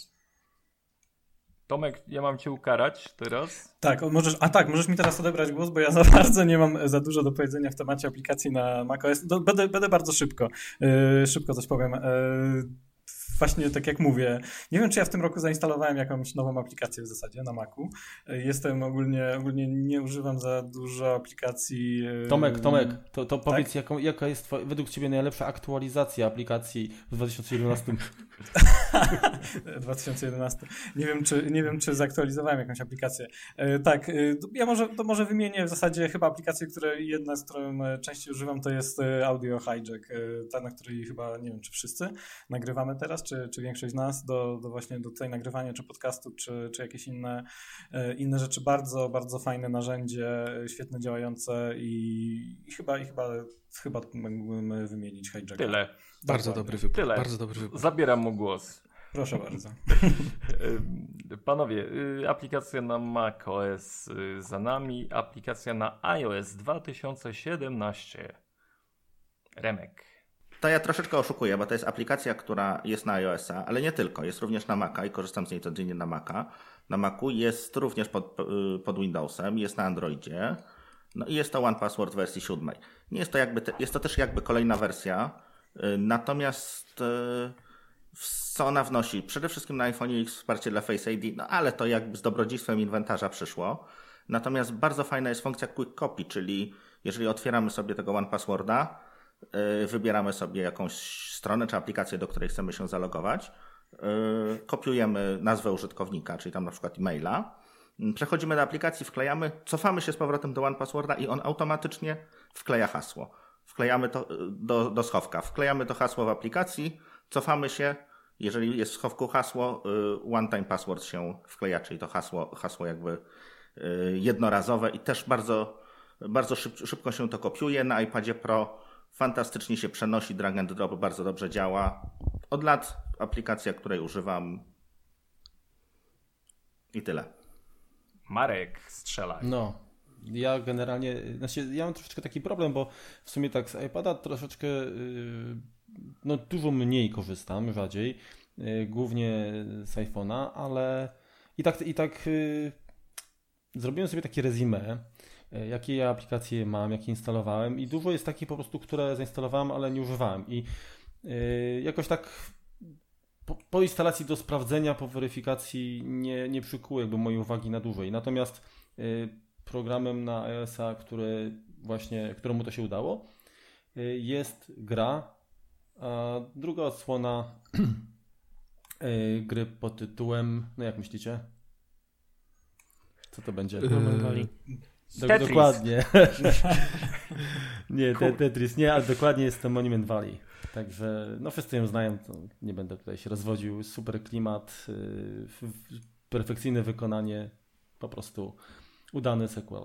Tomek, ja mam cię ukarać teraz. Tak, możesz, a tak, możesz mi teraz odebrać głos, bo ja za bardzo nie mam za dużo do powiedzenia w temacie aplikacji na macOS. Do, będę, będę bardzo szybko, yy, szybko coś powiem. Yy, Właśnie tak jak mówię, nie wiem, czy ja w tym roku zainstalowałem jakąś nową aplikację w zasadzie na Macu. Jestem ogólnie, ogólnie nie używam za dużo aplikacji. Tomek, Tomek, to, to powiedz, tak? jaką, jaka jest twoja, według Ciebie najlepsza aktualizacja aplikacji w dwa tysiące jedenastym? dwa tysiące jedenastym. Nie wiem, czy, nie wiem, czy zaktualizowałem jakąś aplikację. Tak, ja może, to może wymienię w zasadzie chyba aplikację, które jedna, z którą częściej używam, to jest Audio Hijack, ta, na której chyba, nie wiem, czy wszyscy nagrywamy teraz, czy, czy większość z nas do, do właśnie do tutaj nagrywania, czy podcastu, czy, czy jakieś inne, inne rzeczy. Bardzo, bardzo fajne narzędzie, świetnie działające i, i chyba, i chyba, chyba mógłbym wymienić Hijacka. Tyle. Bardzo Dokładnie. dobry wybór. Tyle. Bardzo dobry wybór. Zabieram mu głos. Proszę bardzo. Panowie, aplikacja na macOS za nami, aplikacja na iOS dwa tysiące siedemnaście. Remek. To ja troszeczkę oszukuję, bo to jest aplikacja, która jest na iOS-a, ale nie tylko. Jest również na Maca i korzystam z niej codziennie na Maca. Na Macu jest również pod, pod Windowsem, jest na Androidzie. No i jest to One Password w wersji siódmej. Nie jest to jakby, te, jest to też jakby kolejna wersja, natomiast co ona wnosi? Przede wszystkim na iPhone jest wsparcie dla Face I D, no ale to jakby z dobrodziejstwem inwentarza przyszło. Natomiast bardzo fajna jest funkcja Quick Copy, czyli jeżeli otwieramy sobie tego One Passworda, wybieramy sobie jakąś stronę czy aplikację, do której chcemy się zalogować, kopiujemy nazwę użytkownika, czyli tam na przykład e-maila, przechodzimy do aplikacji, wklejamy, cofamy się z powrotem do One Passworda i on automatycznie wkleja hasło. Wklejamy to do, do schowka, wklejamy to hasło w aplikacji, cofamy się, jeżeli jest w schowku hasło, one time password się wkleja, czyli to hasło, hasło jakby jednorazowe i też bardzo, bardzo szyb, szybko się to kopiuje. Na iPadzie Pro fantastycznie się przenosi, drag and drop bardzo dobrze działa. Od lat aplikacja, której używam i tyle. Marek, strzelaj. No, ja generalnie, znaczy ja mam troszeczkę taki problem, bo w sumie tak z iPada troszeczkę, yy, no dużo mniej korzystam, rzadziej. głównie z iPhone'a, ale i tak, i tak yy, zrobiłem sobie takie resume, yy, jakie ja aplikacje mam, jakie instalowałem i dużo jest takich po prostu, które zainstalowałem, ale nie używałem i yy, jakoś tak po, po instalacji do sprawdzenia, po weryfikacji nie, nie przykuło jakby mojej uwagi na dłużej. Natomiast yy, programem na iOS-a, który właśnie, któremu to się udało, yy, jest gra, a druga odsłona yy, gry pod tytułem, no jak myślicie? Co to będzie? Monument Valley. Do, dokładnie. nie, te, Tetris nie, ale dokładnie jest to Monument Valley. Także no wszyscy ją znają, to nie będę tutaj się rozwodził. Super klimat, yy, perfekcyjne wykonanie, po prostu udany sequel.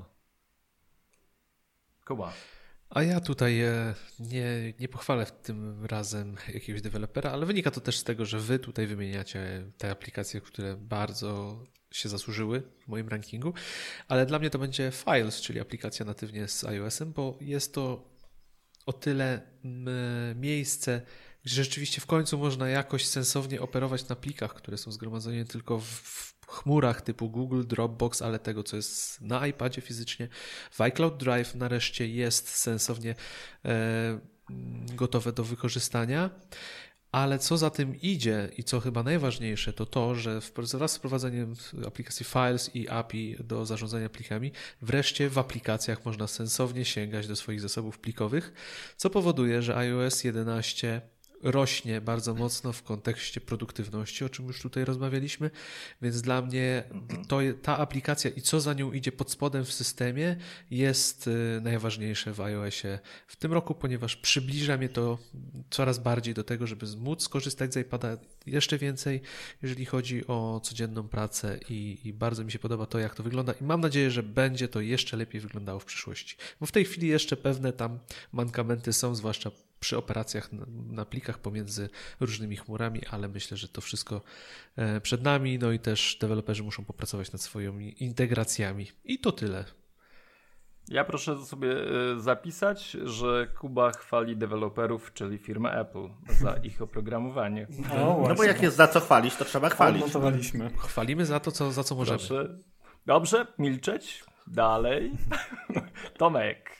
Kuba. A ja tutaj nie, nie pochwalę tym razem jakiegoś dewelopera, ale wynika to też z tego, że wy tutaj wymieniacie te aplikacje, które bardzo się zasłużyły w moim rankingu, ale dla mnie to będzie Files, czyli aplikacja natywnie z iOS-em, bo jest to o tyle miejsce, gdzie rzeczywiście w końcu można jakoś sensownie operować na plikach, które są zgromadzone nie tylko w chmurach typu Google, Dropbox, ale tego, co jest na iPadzie fizycznie. W iCloud Drive nareszcie jest sensownie e, gotowe do wykorzystania. Ale co za tym idzie i co chyba najważniejsze, to to, że wraz z wprowadzeniem aplikacji Files i A P I do zarządzania plikami, wreszcie w aplikacjach można sensownie sięgać do swoich zasobów plikowych, co powoduje, że iOS jedenaście rośnie bardzo mocno w kontekście produktywności, o czym już tutaj rozmawialiśmy, więc dla mnie to, ta aplikacja i co za nią idzie pod spodem w systemie jest najważniejsze w iOSie w tym roku, ponieważ przybliża mnie to coraz bardziej do tego, żeby móc skorzystać z iPada jeszcze więcej, jeżeli chodzi o codzienną pracę i, i bardzo mi się podoba to, jak to wygląda i mam nadzieję, że będzie to jeszcze lepiej wyglądało w przyszłości, bo w tej chwili jeszcze pewne tam mankamenty są, zwłaszcza przy operacjach na, na plikach pomiędzy różnymi chmurami, ale myślę, że to wszystko przed nami, no i też deweloperzy muszą popracować nad swoimi integracjami. I to tyle. Ja proszę sobie zapisać, że Kuba chwali deweloperów, czyli firmę Apple, za ich oprogramowanie. No, no bo jak jest za co chwalić, to trzeba chwalić. Odnotowaliśmy. Chwalimy za to, co, za co możemy. Proszę. Dobrze, milczeć. Dalej. Tomek.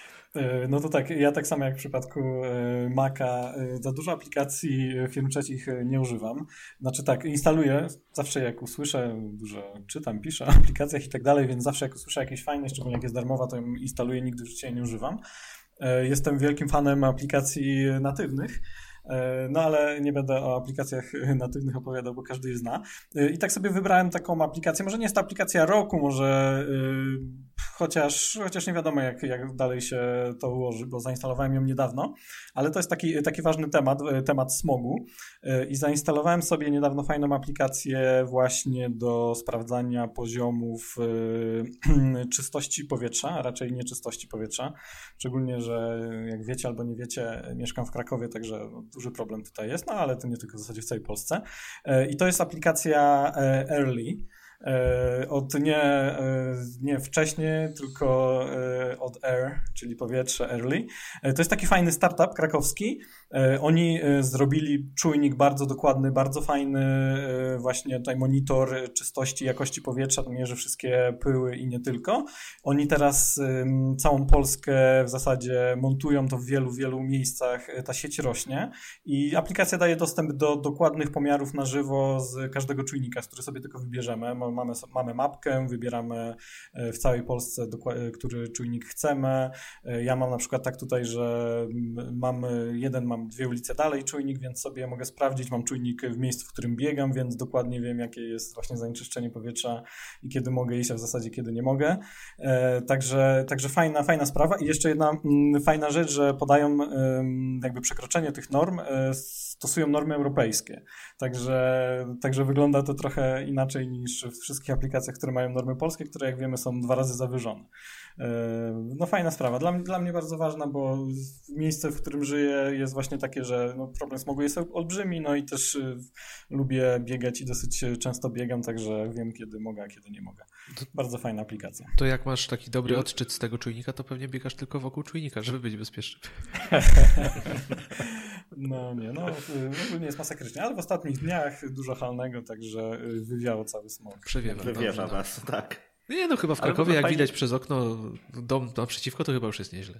No to tak, ja tak samo jak w przypadku Maca za dużo aplikacji firm trzecich nie używam. Znaczy tak, instaluję zawsze jak usłyszę, dużo czytam, piszę o aplikacjach i tak dalej, więc zawsze jak usłyszę jakieś fajne, szczególnie jak jest darmowa, to ją instaluję, nigdy w życiu nie używam. Jestem wielkim fanem aplikacji natywnych. No ale nie będę o aplikacjach natywnych opowiadał, bo każdy je zna. I tak sobie wybrałem taką aplikację, może nie jest to aplikacja roku, może yy, chociaż, chociaż nie wiadomo jak, jak dalej się to ułoży, bo zainstalowałem ją niedawno, ale to jest taki, taki ważny temat, temat smogu yy, i zainstalowałem sobie niedawno fajną aplikację właśnie do sprawdzania poziomów yy, czystości powietrza, a raczej nieczystości powietrza, szczególnie, że jak wiecie albo nie wiecie, mieszkam w Krakowie, także duży problem tutaj jest, no ale to nie tylko w zasadzie w całej Polsce. I to jest aplikacja Early. Od nie, nie wcześniej, tylko od Air, czyli powietrze Early. To jest taki fajny startup krakowski. Oni zrobili czujnik bardzo dokładny, bardzo fajny, właśnie tutaj monitor czystości, jakości powietrza, to mierzy wszystkie pyły i nie tylko. Oni teraz całą Polskę w zasadzie montują to w wielu, wielu miejscach, ta sieć rośnie i aplikacja daje dostęp do dokładnych pomiarów na żywo z każdego czujnika, z który sobie tylko wybierzemy. Mamy, mamy mapkę, wybieramy w całej Polsce, który czujnik chcemy. Ja mam na przykład tak tutaj, że mam jeden, mam dwie ulice dalej czujnik, więc sobie mogę sprawdzić, mam czujnik w miejscu, w którym biegam, więc dokładnie wiem, jakie jest właśnie zanieczyszczenie powietrza i kiedy mogę iść, a w zasadzie kiedy nie mogę. Także, także fajna, fajna sprawa. I jeszcze jedna fajna rzecz, że podają jakby przekroczenie tych norm, stosują normy europejskie. Także, także wygląda to trochę inaczej niż w wszystkich aplikacjach, które mają normy polskie, które jak wiemy są dwa razy zawyżone. No fajna sprawa. Dla mnie, dla mnie bardzo ważna, bo miejsce, w którym żyję jest właśnie takie, że no problem smogu jest olbrzymi, no i też y, lubię biegać i dosyć często biegam, także wiem kiedy mogę, a kiedy nie mogę. To, bardzo fajna aplikacja. To jak masz taki dobry odczyt z tego czujnika, to pewnie biegasz tylko wokół czujnika, żeby być bezpieczny. No nie, no ogólnie jest masakrycznie, ale w ostatnich dniach dużo halnego, także wywiało cały smog. Przewiewa. Wywierza dobrze, was, tak. Nie no, chyba w Ale Krakowie, jak fajnie... widać przez okno dom naprzeciwko, to chyba już jest nieźle.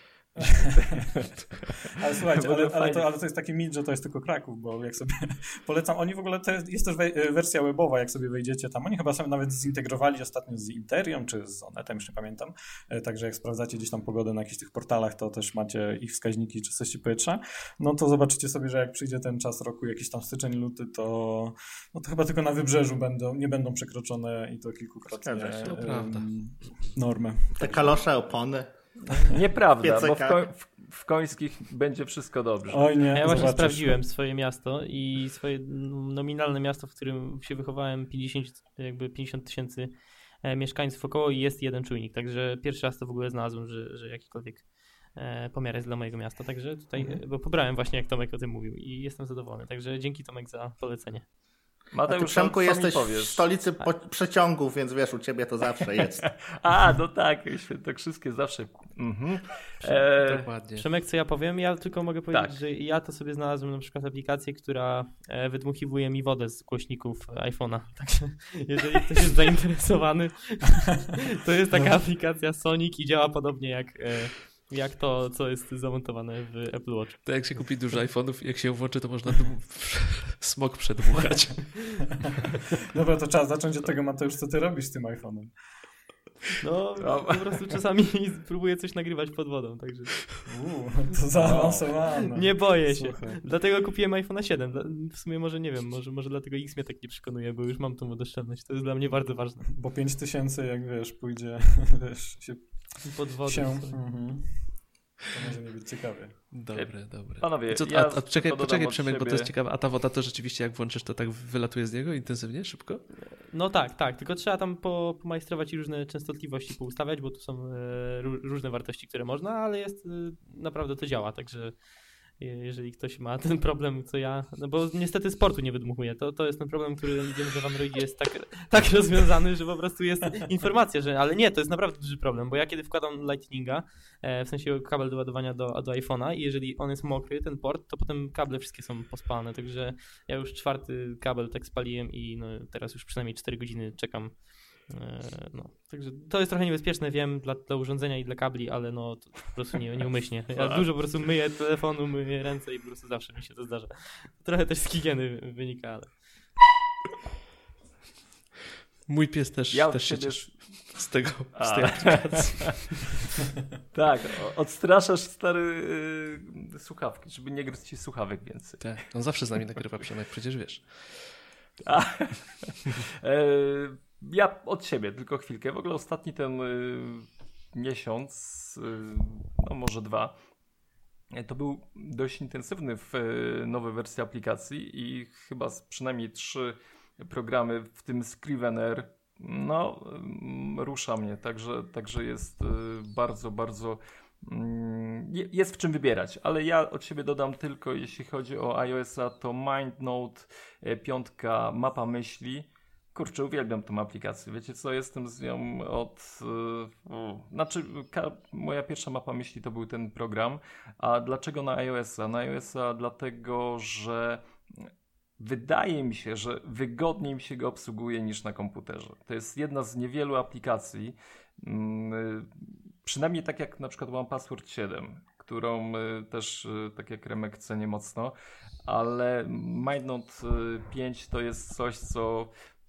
Ale słuchajcie, ale, ale, to, ale to jest taki mit, że to jest tylko Kraków, bo jak sobie polecam, oni w ogóle, to jest, jest też wersja webowa, jak sobie wejdziecie tam, oni chyba sobie nawet zintegrowali ostatnio z Interium, czy z Onetem, już nie pamiętam, także jak sprawdzacie gdzieś tam pogodę na jakichś tych portalach, to też macie ich wskaźniki czystości powietrza, no to zobaczycie sobie, że jak przyjdzie ten czas roku, jakiś tam styczeń, luty, to, no to chyba tylko na wybrzeżu będą, nie będą przekroczone i to kilkukrotnie To prawda. normę. Te kalosze, opony. Nieprawda, bo w, Pieceka. koń, w, w Końskich będzie wszystko dobrze. Oj nie, Ja właśnie zobaczysz. sprawdziłem swoje miasto i swoje nominalne miasto, w którym się wychowałem, pięćdziesiąt, jakby pięćdziesiąt tysięcy mieszkańców około i jest jeden czujnik, także pierwszy raz to w ogóle znalazłem, że, że jakikolwiek e, pomiar jest dla mojego miasta, także tutaj, Mhm. bo pobrałem właśnie jak Tomek o tym mówił i jestem zadowolony, także dzięki Tomek za polecenie. A ty, Mateusz, Przemku, co mi jesteś w powiesz? stolicy po- przeciągów, więc wiesz, u ciebie to zawsze jest. A, no tak, świętokrzyskie zawsze. Mhm. E, Dokładnie. Przemek, co ja powiem? Ja tylko mogę powiedzieć, Tak. że ja to sobie znalazłem na przykład aplikację, która e, wydmuchiwuje mi wodę z głośników iPhone'a. Także jeżeli ktoś jest zainteresowany, to jest taka aplikacja Sonic i działa podobnie jak, e, jak to, co jest zamontowane w Apple Watch. To jak się kupi dużo iPhone'ów i jak się ją włączy, to można tu smog przedmuchać. Dobra, to trzeba zacząć od tego, Mateusz, co ty robisz z tym iPhone'em? No, po prostu czasami próbuję coś nagrywać pod wodą, także Uuu, to zaawansowane. nie boję się. Słuchaj. Dlatego kupiłem iPhone'a siedem. W sumie może nie wiem, może, może dlatego X mnie tak nie przekonuje, bo już mam tą wodoszczelność. To jest dla mnie bardzo ważne. Bo pięć tysięcy, jak wiesz, pójdzie, wiesz, się... Pod wodą. się mhm. To może nie być ciekawie. Dobre, dobre. Panowie, Co, ja a, a czekaj, dodam poczekaj od Przemek, bo to jest siebie- ciekawe. A ta woda to rzeczywiście jak włączysz, to tak wylatuje z niego intensywnie, szybko? No tak, tak, tylko trzeba tam po, pomajstrować i różne częstotliwości poustawiać, bo tu są e, ró- różne wartości, które można, ale jest, e, naprawdę to działa, także je- jeżeli ktoś ma ten problem, co ja, no bo niestety sportu nie wydmuchuję, to, to jest ten problem, który wiem, że w Androidzie jest tak, tak rozwiązany, że po prostu jest informacja, że, ale nie, to jest naprawdę duży problem, bo ja kiedy wkładam Lightninga, e, w sensie kabel do ładowania do, do iPhone'a i jeżeli on jest mokry, ten port, to potem kable wszystkie są pospalane, także ja już czwarty kabel tak spaliłem i no, teraz już przynajmniej cztery godziny czekam. E, no, także to jest trochę niebezpieczne, wiem, dla, dla urządzenia i dla kabli, ale no to po prostu nie, nieumyślnie. Ja dużo po prostu myję telefonu, myję ręce i po prostu zawsze mi się to zdarza. Trochę też z higieny wynika, ale... Mój pies też, Ja od też się siebie- cieszy z tego, A. z tej aplikacji. Tak, o- odstraszasz stary y, słuchawki, żeby nie gryźć ci słuchawek więcej. Tak, on zawsze z nami nagrywa, Przemek, przecież wiesz. A, e, ja od siebie, tylko chwilkę. W ogóle ostatni ten y, miesiąc, y, no może dwa, e, to był dość intensywny w y, nowej wersji aplikacji i chyba z przynajmniej trzy programy, w tym Scrivener, no mm, rusza mnie, także, także jest y, bardzo, bardzo mm, je- jest w czym wybierać, ale ja od siebie dodam tylko, jeśli chodzi o iOS-a, to MindNote, e, piątka, mapa myśli. Kurczę, uwielbiam tę aplikację. Wiecie co, jestem z nią od... Yy, u, znaczy, ka, moja pierwsza mapa myśli to był ten program. A dlaczego na iOS-a? Na iOS-a dlatego, że wydaje mi się, że wygodniej mi się go obsługuje niż na komputerze. To jest jedna z niewielu aplikacji, yy, przynajmniej tak jak na przykład One Password siedem, którą yy, też, yy, tak jak Remek, cenię mocno, ale MindNote yy, pięć to jest coś, co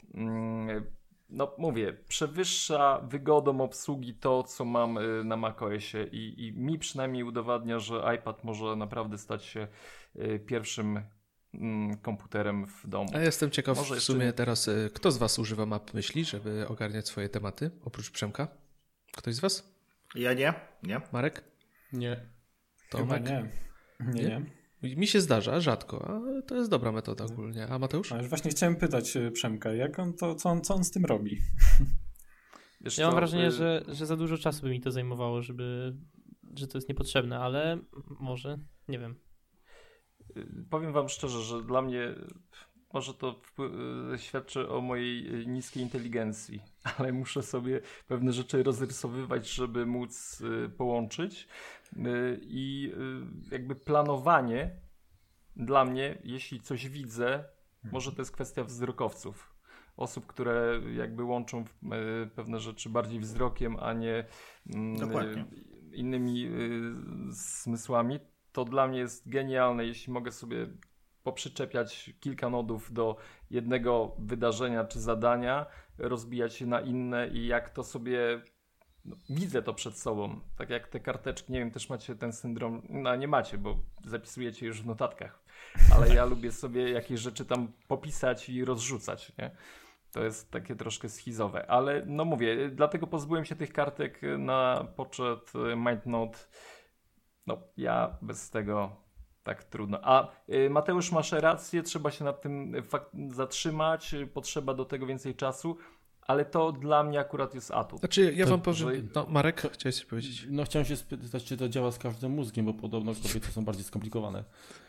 no mówię, przewyższa wygodą obsługi to, co mam y, na macOSie i, i mi przynajmniej udowadnia, że iPad może naprawdę stać się y, pierwszym mm, komputerem w domu. A ja jestem ciekaw Może w jeszcze sumie nie. teraz, y, kto z was używa map myśli, żeby ogarniać swoje tematy, oprócz Przemka? Ktoś z was? Ja nie, nie. Marek? Nie. Chyba Tomek? nie. Nie, Nie? nie. Mi się zdarza, rzadko, ale to jest dobra metoda ogólnie. A Mateusz? A już właśnie chciałem pytać e, Przemka, jak on to, co on, co on z tym robi? Wiesz Ja mam co, wrażenie, y, że, że za dużo czasu by mi to zajmowało, żeby, że to jest niepotrzebne, ale może, nie wiem. y, powiem wam szczerze, że dla mnie może to wpły- y, świadczy o mojej y, niskiej inteligencji, ale muszę sobie pewne rzeczy rozrysowywać, żeby móc y, połączyć y, i y, jakby planowanie dla mnie, jeśli coś widzę, może to jest kwestia wzrokowców. Osób, które jakby łączą pewne rzeczy bardziej wzrokiem, a nie Dokładnie. innymi zmysłami. To dla mnie jest genialne, jeśli mogę sobie poprzyczepiać kilka nodów do jednego wydarzenia czy zadania, rozbijać je na inne i jak to sobie... No, widzę to przed sobą, tak jak te karteczki, nie wiem, też macie ten syndrom, no nie macie, bo zapisujecie już w notatkach, ale ja lubię sobie jakieś rzeczy tam popisać i rozrzucać, nie? To jest takie troszkę schizowe, ale no mówię, dlatego pozbyłem się tych kartek na poczet MindNote. No ja bez tego tak trudno. A y, Mateusz, masz rację, trzeba się nad tym fakt zatrzymać, potrzeba do tego więcej czasu. Ale to dla mnie akurat jest atut. Znaczy, ja To, wam powiem... że- No, Marek, chciałeś coś powiedzieć? No chciałem się spytać, czy to działa z każdym mózgiem, bo podobno kobiety są bardziej skomplikowane.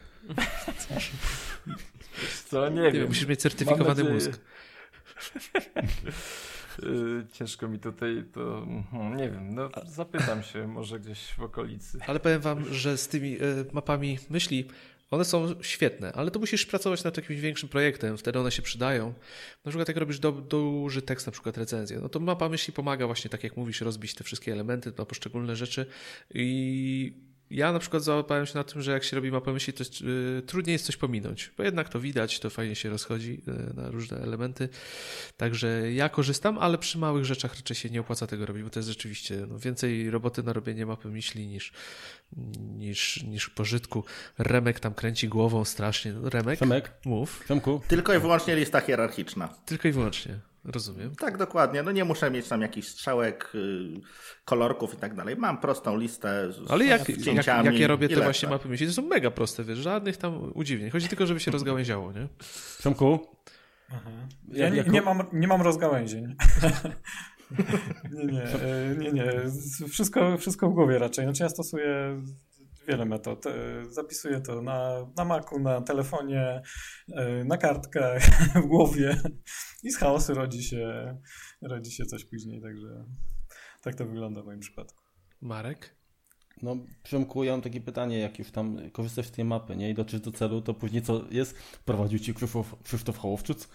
Co? Nie, Nie wiem. wiem, musisz mieć certyfikowany Mam mózg. Yy, Ciężko mi tutaj to... mhm, Nie wiem, no zapytam się może gdzieś w okolicy. Ale powiem wam, że z tymi y, mapami myśli, one są świetne, ale to musisz pracować nad jakimś większym projektem, wtedy one się przydają. Na przykład jak robisz do, duży tekst, na przykład recenzję, no to mapa myśli pomaga właśnie, tak jak mówisz, rozbić te wszystkie elementy na poszczególne rzeczy i ja na przykład załapałem się na tym, że jak się robi mapę myśli, to jest, y, trudniej jest coś pominąć, bo jednak to widać, to fajnie się rozchodzi y, na różne elementy. Także ja korzystam, ale przy małych rzeczach raczej się nie opłaca tego robić, bo to jest rzeczywiście no, więcej roboty na robienie mapy myśli niż, niż, niż pożytku. Remek tam kręci głową strasznie. No, Remek, Przemek, mów. Przemku, Tylko i wyłącznie lista hierarchiczna. Tylko i wyłącznie. Rozumiem. Tak, dokładnie. No nie muszę mieć tam jakichś strzałek, y, kolorków i tak dalej. Mam prostą listę z, Ale jak, z jak, cięciami jak ja robię i te lecę. właśnie mapy myśli, to są mega proste, wiesz, żadnych tam udziwnień. Chodzi tylko, żeby się rozgałęziało, nie? Przemku, Aha. Ja nie, jako- nie, mam, nie mam rozgałęzień. nie, nie, e, nie, nie. Wszystko, wszystko w głowie raczej. Znaczy ja stosuję wiele metod. E, Zapisuję to na, na Macu, na telefonie, e, na kartkach, w głowie i z chaosu rodzi się, rodzi się coś później, także tak to wygląda w moim przypadku. Marek? no Przemku, ja mam takie pytanie, jak już tam korzystasz z tej mapy, nie, i dotrzesz do celu, to później co jest? Prowadził ci Krzysztof, Krzysztof Hołowczyc?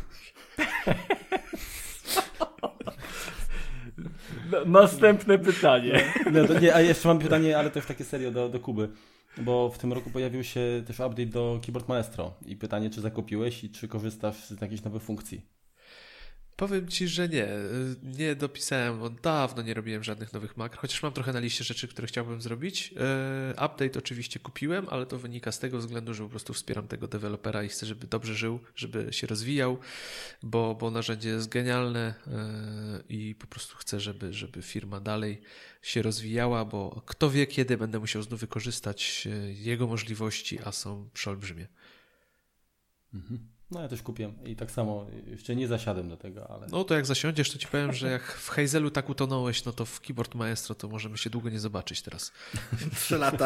No, następne pytanie. Nie, to nie, a jeszcze mam pytanie, ale też takie serio do, do Kuby, bo w tym roku pojawił się też update do Keyboard Maestro i pytanie, czy zakupiłeś i czy korzystasz z jakichś nowych funkcji? Powiem ci, że nie. Nie dopisałem, bo dawno nie robiłem żadnych nowych makr, chociaż mam trochę na liście rzeczy, które chciałbym zrobić. E, Update oczywiście kupiłem, ale to wynika z tego względu, że po prostu wspieram tego dewelopera i chcę, żeby dobrze żył, żeby się rozwijał, bo, bo narzędzie jest genialne e, i po prostu chcę, żeby, żeby firma dalej się rozwijała, bo kto wie, kiedy będę musiał znów wykorzystać jego możliwości, a są przeolbrzymie. Mhm. No ja też kupiłem i tak samo jeszcze nie zasiadłem do tego, ale... No to jak zasiądziesz, to ci powiem, że jak w Hazelu tak utonąłeś, no to w Keyboard Maestro to możemy się długo nie zobaczyć teraz. Trzy lata.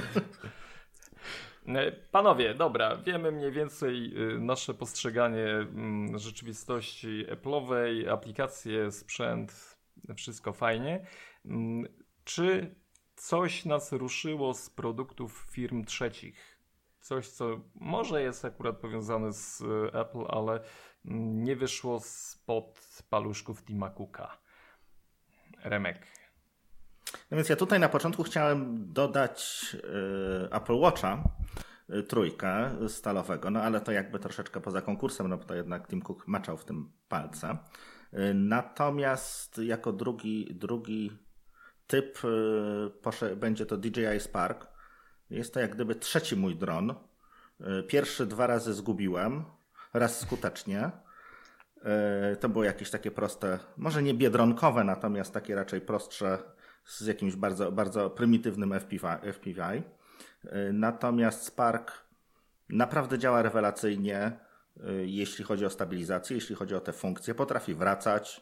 Panowie, dobra, wiemy mniej więcej nasze postrzeganie rzeczywistości Apple'owej, aplikacje, sprzęt, wszystko fajnie. Czy coś nas ruszyło z produktów firm trzecich? Coś, co może jest akurat powiązane z Apple, ale nie wyszło spod paluszków Tima Cooka. Remek. No więc ja tutaj na początku chciałem dodać y, Apple Watcha, y, trójkę stalowego, no ale to jakby troszeczkę poza konkursem, no bo to jednak Tim Cook maczał w tym palce. Y, natomiast jako drugi, drugi typ y, posze- będzie to D J I Spark. Jest to jak gdyby trzeci mój dron. Y, pierwszy dwa razy zgubiłem, raz skutecznie. Y, to było jakieś takie proste, może nie biedronkowe, natomiast takie raczej prostsze, z jakimś bardzo, bardzo prymitywnym F P V. Natomiast Spark naprawdę działa rewelacyjnie, jeśli chodzi o stabilizację, jeśli chodzi o te funkcje. Potrafi wracać.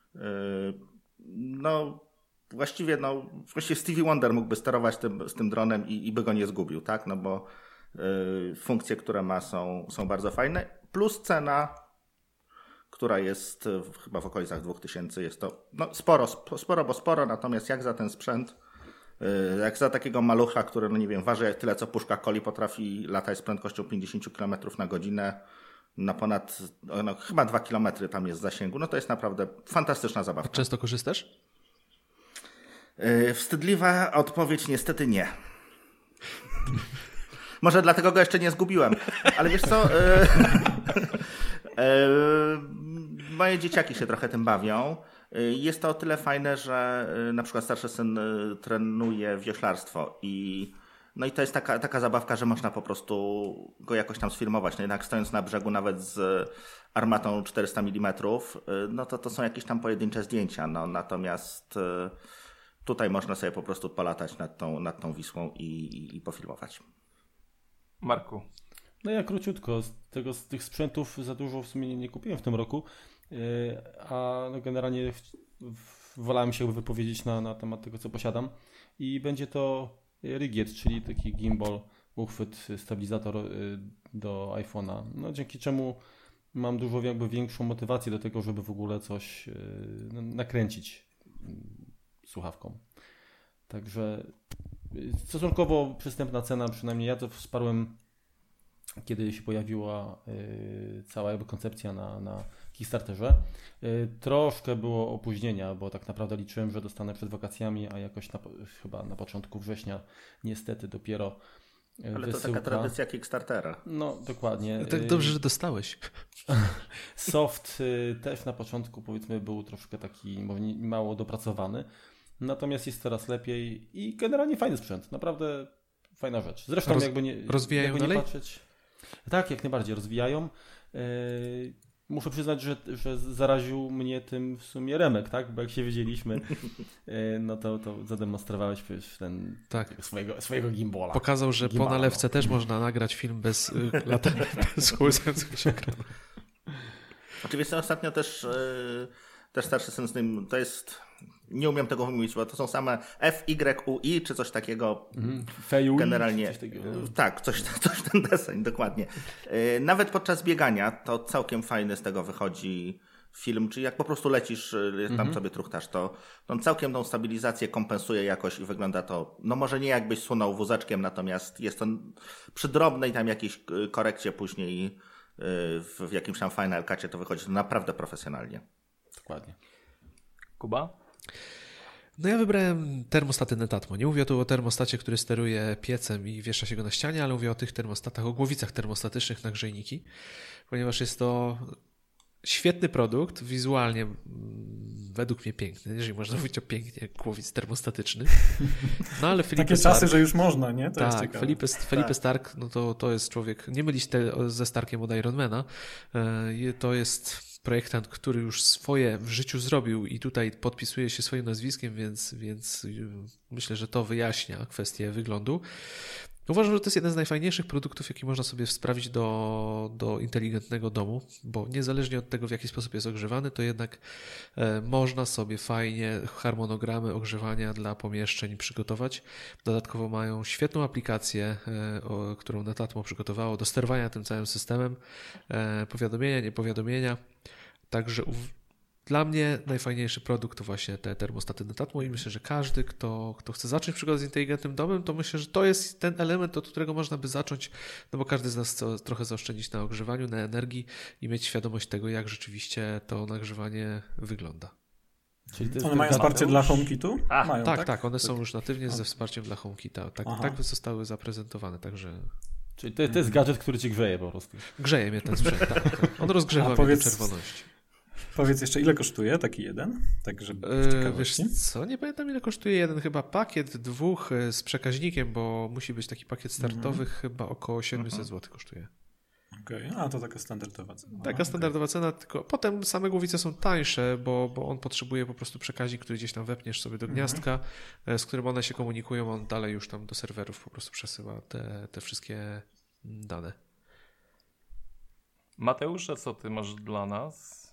No, właściwie, no, właściwie Stevie Wonder mógłby sterować tym, z tym dronem i, i by go nie zgubił, tak? No bo y, funkcje, które ma, są, są bardzo fajne. Plus cena, która jest w, chyba w okolicach dwóch tysięcy, jest to no, sporo, sporo, bo sporo, natomiast jak za ten sprzęt Jak za takiego malucha, który, no nie wiem, waży tyle co puszka coli, potrafi latać z prędkością pięćdziesiąt kilometrów na godzinę na ponad, no, chyba dwa kilometry tam jest zasięgu, no to jest naprawdę fantastyczna zabawka. Często korzystasz? Yy, wstydliwa odpowiedź niestety nie. Może dlatego go jeszcze nie zgubiłem. Ale wiesz co? Yy, yy, moje dzieciaki się trochę tym bawią. Yy, jest to o tyle fajne, że yy, na przykład starszy syn yy, trenuje wioślarstwo i no i to jest taka, taka zabawka, że można po prostu go jakoś tam sfilmować. No jednak stojąc na brzegu nawet z armatą czterysta milimetrów, yy, no to to są jakieś tam pojedyncze zdjęcia. No, natomiast yy, tutaj można sobie po prostu polatać nad tą, nad tą Wisłą i, i, i pofilmować. Marku. No ja króciutko, z, tego, z tych sprzętów za dużo w sumie nie, nie kupiłem w tym roku, yy, a no generalnie w, w, wolałem się wypowiedzieć na, na temat tego, co posiadam i będzie to Rigiet, czyli taki gimbal, uchwyt, stabilizator yy, do iPhone'a, no dzięki czemu mam dużo jakby większą motywację do tego, żeby w ogóle coś yy, nakręcić yy, słuchawką. Także stosunkowo przystępna cena, przynajmniej ja to wsparłem, kiedy się pojawiła y, cała jakby koncepcja na, na Kickstarterze. Y, troszkę było opóźnienia, bo tak naprawdę liczyłem, że dostanę przed wakacjami, a jakoś na, chyba na początku września niestety dopiero y, Ale wysyłka. to taka tradycja Kickstartera. No dokładnie. Tak dobrze, że dostałeś. Soft y, też na początku powiedzmy był troszkę taki mało dopracowany. Natomiast jest coraz lepiej i generalnie fajny sprzęt, naprawdę fajna rzecz. Zresztą Roz, jakby nie, rozwijają jakby nie dalej? patrzeć. Tak, jak najbardziej rozwijają. Yy, muszę przyznać, że, że zaraził mnie tym w sumie Remek, tak? Bo jak się wiedzieliśmy, yy, no to, to zademonstrowałeś przecież ten Tak. swojego, swojego gimbala. Pokazał, że Gimbala, po nalewce no. też można nagrać film bez y, lata, bez chłysającego się ekranu. Oczywiście ostatnio też, yy, też starszy syn z tym, to jest, nie umiem tego wymówić, bo to są same F Y U I czy coś takiego. Mhm. Fejuj, Generalnie, coś takiego. yy, tak, coś, coś ten deseń, dokładnie. Yy, nawet podczas biegania to całkiem fajny z tego wychodzi film, czyli jak po prostu lecisz, yy, tam Mhm. sobie truchtasz, to on całkiem tą stabilizację kompensuje jakoś i wygląda to, no może nie jakbyś sunął wózeczkiem, natomiast jest to przy drobnej tam jakiejś yy, korekcie później yy, w, w jakimś tam Final Cutie to wychodzi to naprawdę profesjonalnie. Dokładnie. Kuba? No ja wybrałem termostaty Netatmo. Nie mówię tu o termostacie, który steruje piecem i wiesza się go na ścianie, ale mówię o tych termostatach, o głowicach termostatycznych na grzejniki, ponieważ jest to świetny produkt, wizualnie mm, według mnie piękny, jeżeli można mówić o pięknie, głowic termostatycznych. No ale Felipe Takie Stark, czasy, że już można, nie? To jest tak, ciekawe. Felipe, Felipe Tak. Stark, no to, to jest człowiek, nie mylić te, ze Starkiem od Ironmana, e, to jest projektant, który już swoje w życiu zrobił i tutaj podpisuje się swoim nazwiskiem, więc, więc myślę, że to wyjaśnia kwestię wyglądu. Uważam, że to jest jeden z najfajniejszych produktów, jaki można sobie sprawić do, do inteligentnego domu, bo niezależnie od tego, w jaki sposób jest ogrzewany, to jednak e, można sobie fajnie harmonogramy ogrzewania dla pomieszczeń przygotować. Dodatkowo mają świetną aplikację, e, o, którą Netatmo przygotowało do sterowania tym całym systemem, e, powiadomienia, niepowiadomienia. Także u, dla mnie najfajniejszy produkt to właśnie te termostaty Netatmo i myślę, że każdy, kto, kto chce zacząć przygodę z inteligentnym domem, to myślę, że to jest ten element, od którego można by zacząć, no bo każdy z nas chce trochę zaoszczędzić na ogrzewaniu, na energii i mieć świadomość tego, jak rzeczywiście to nagrzewanie wygląda. Czyli to jest One ten mają gadżet- wsparcie dla HomeKitu? A, mają, Tak, tak, one są już natywnie A. ze wsparciem dla HomeKita. Tak, Aha. tak zostały zaprezentowane, także Czyli to, to jest gadżet, który ci grzeje po prostu. grzeje mnie ten sprzęt. Tak, tak. On rozgrzewa A mnie powiedz- do czerwoności. Powiedz jeszcze, ile kosztuje taki jeden? Tak, żeby z E, wiesz ciekawości. co, nie pamiętam ile kosztuje jeden, chyba pakiet dwóch e, z przekaźnikiem, bo musi być taki pakiet startowy, chyba około siedemset złotych kosztuje. Okej, a to taka standardowa cena. Taka standardowa cena, tylko potem same głowice są tańsze, bo, bo on potrzebuje po prostu przekaźnik, który gdzieś tam wepniesz sobie do gniazdka, e, z którym one się komunikują, on dalej już tam do serwerów po prostu przesyła te, te wszystkie dane. Mateusz, a co ty masz dla nas?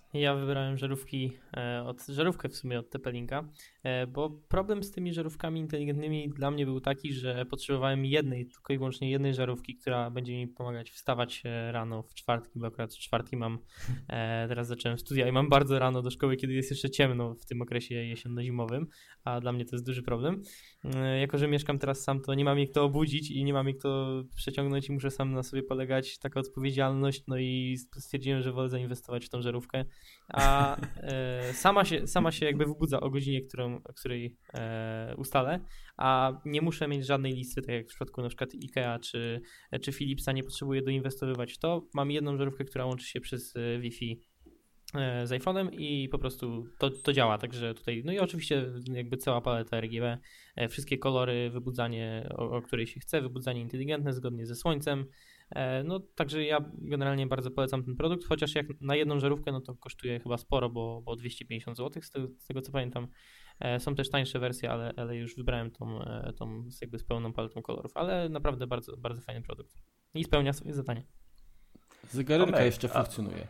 Ja wybrałem żarówki, od, żarówkę w sumie od T P-Linka, bo problem z tymi żarówkami inteligentnymi dla mnie był taki, że potrzebowałem jednej, tylko i wyłącznie jednej żarówki, która będzie mi pomagać wstawać rano w czwartki, bo akurat w czwartki mam, teraz zacząłem studia i mam bardzo rano do szkoły, kiedy jest jeszcze ciemno w tym okresie jesienno-zimowym, a dla mnie to jest duży problem. Jako że mieszkam teraz sam, to nie mam mnie kto obudzić i nie mam mnie kto przeciągnąć i muszę sam na sobie polegać, taka odpowiedzialność, no i stwierdziłem, że wolę zainwestować w tą żarówkę. A e, sama, się, sama się jakby wybudza o godzinie, którą, której e, ustalę, a nie muszę mieć żadnej listy, tak jak w przypadku na przykład IKEA czy, czy Philipsa, nie potrzebuję doinwestowywać w to. Mam jedną żarówkę, która łączy się przez Wi-Fi e, z iPhone'em i po prostu to, to działa, także tutaj, no i oczywiście jakby cała paleta R G B, e, wszystkie kolory, wybudzanie, o, o której się chce, wybudzanie inteligentne zgodnie ze słońcem. No także ja generalnie bardzo polecam ten produkt, chociaż jak na jedną żarówkę, no to kosztuje chyba sporo, bo, bo dwieście pięćdziesiąt złotych z tego, z tego co pamiętam. Są też tańsze wersje, ale, ale już wybrałem tą, tą z jakby z pełną paletą kolorów, ale naprawdę bardzo, bardzo fajny produkt i spełnia swoje zadanie. Zegarka Tomek, jeszcze a... funkcjonuje.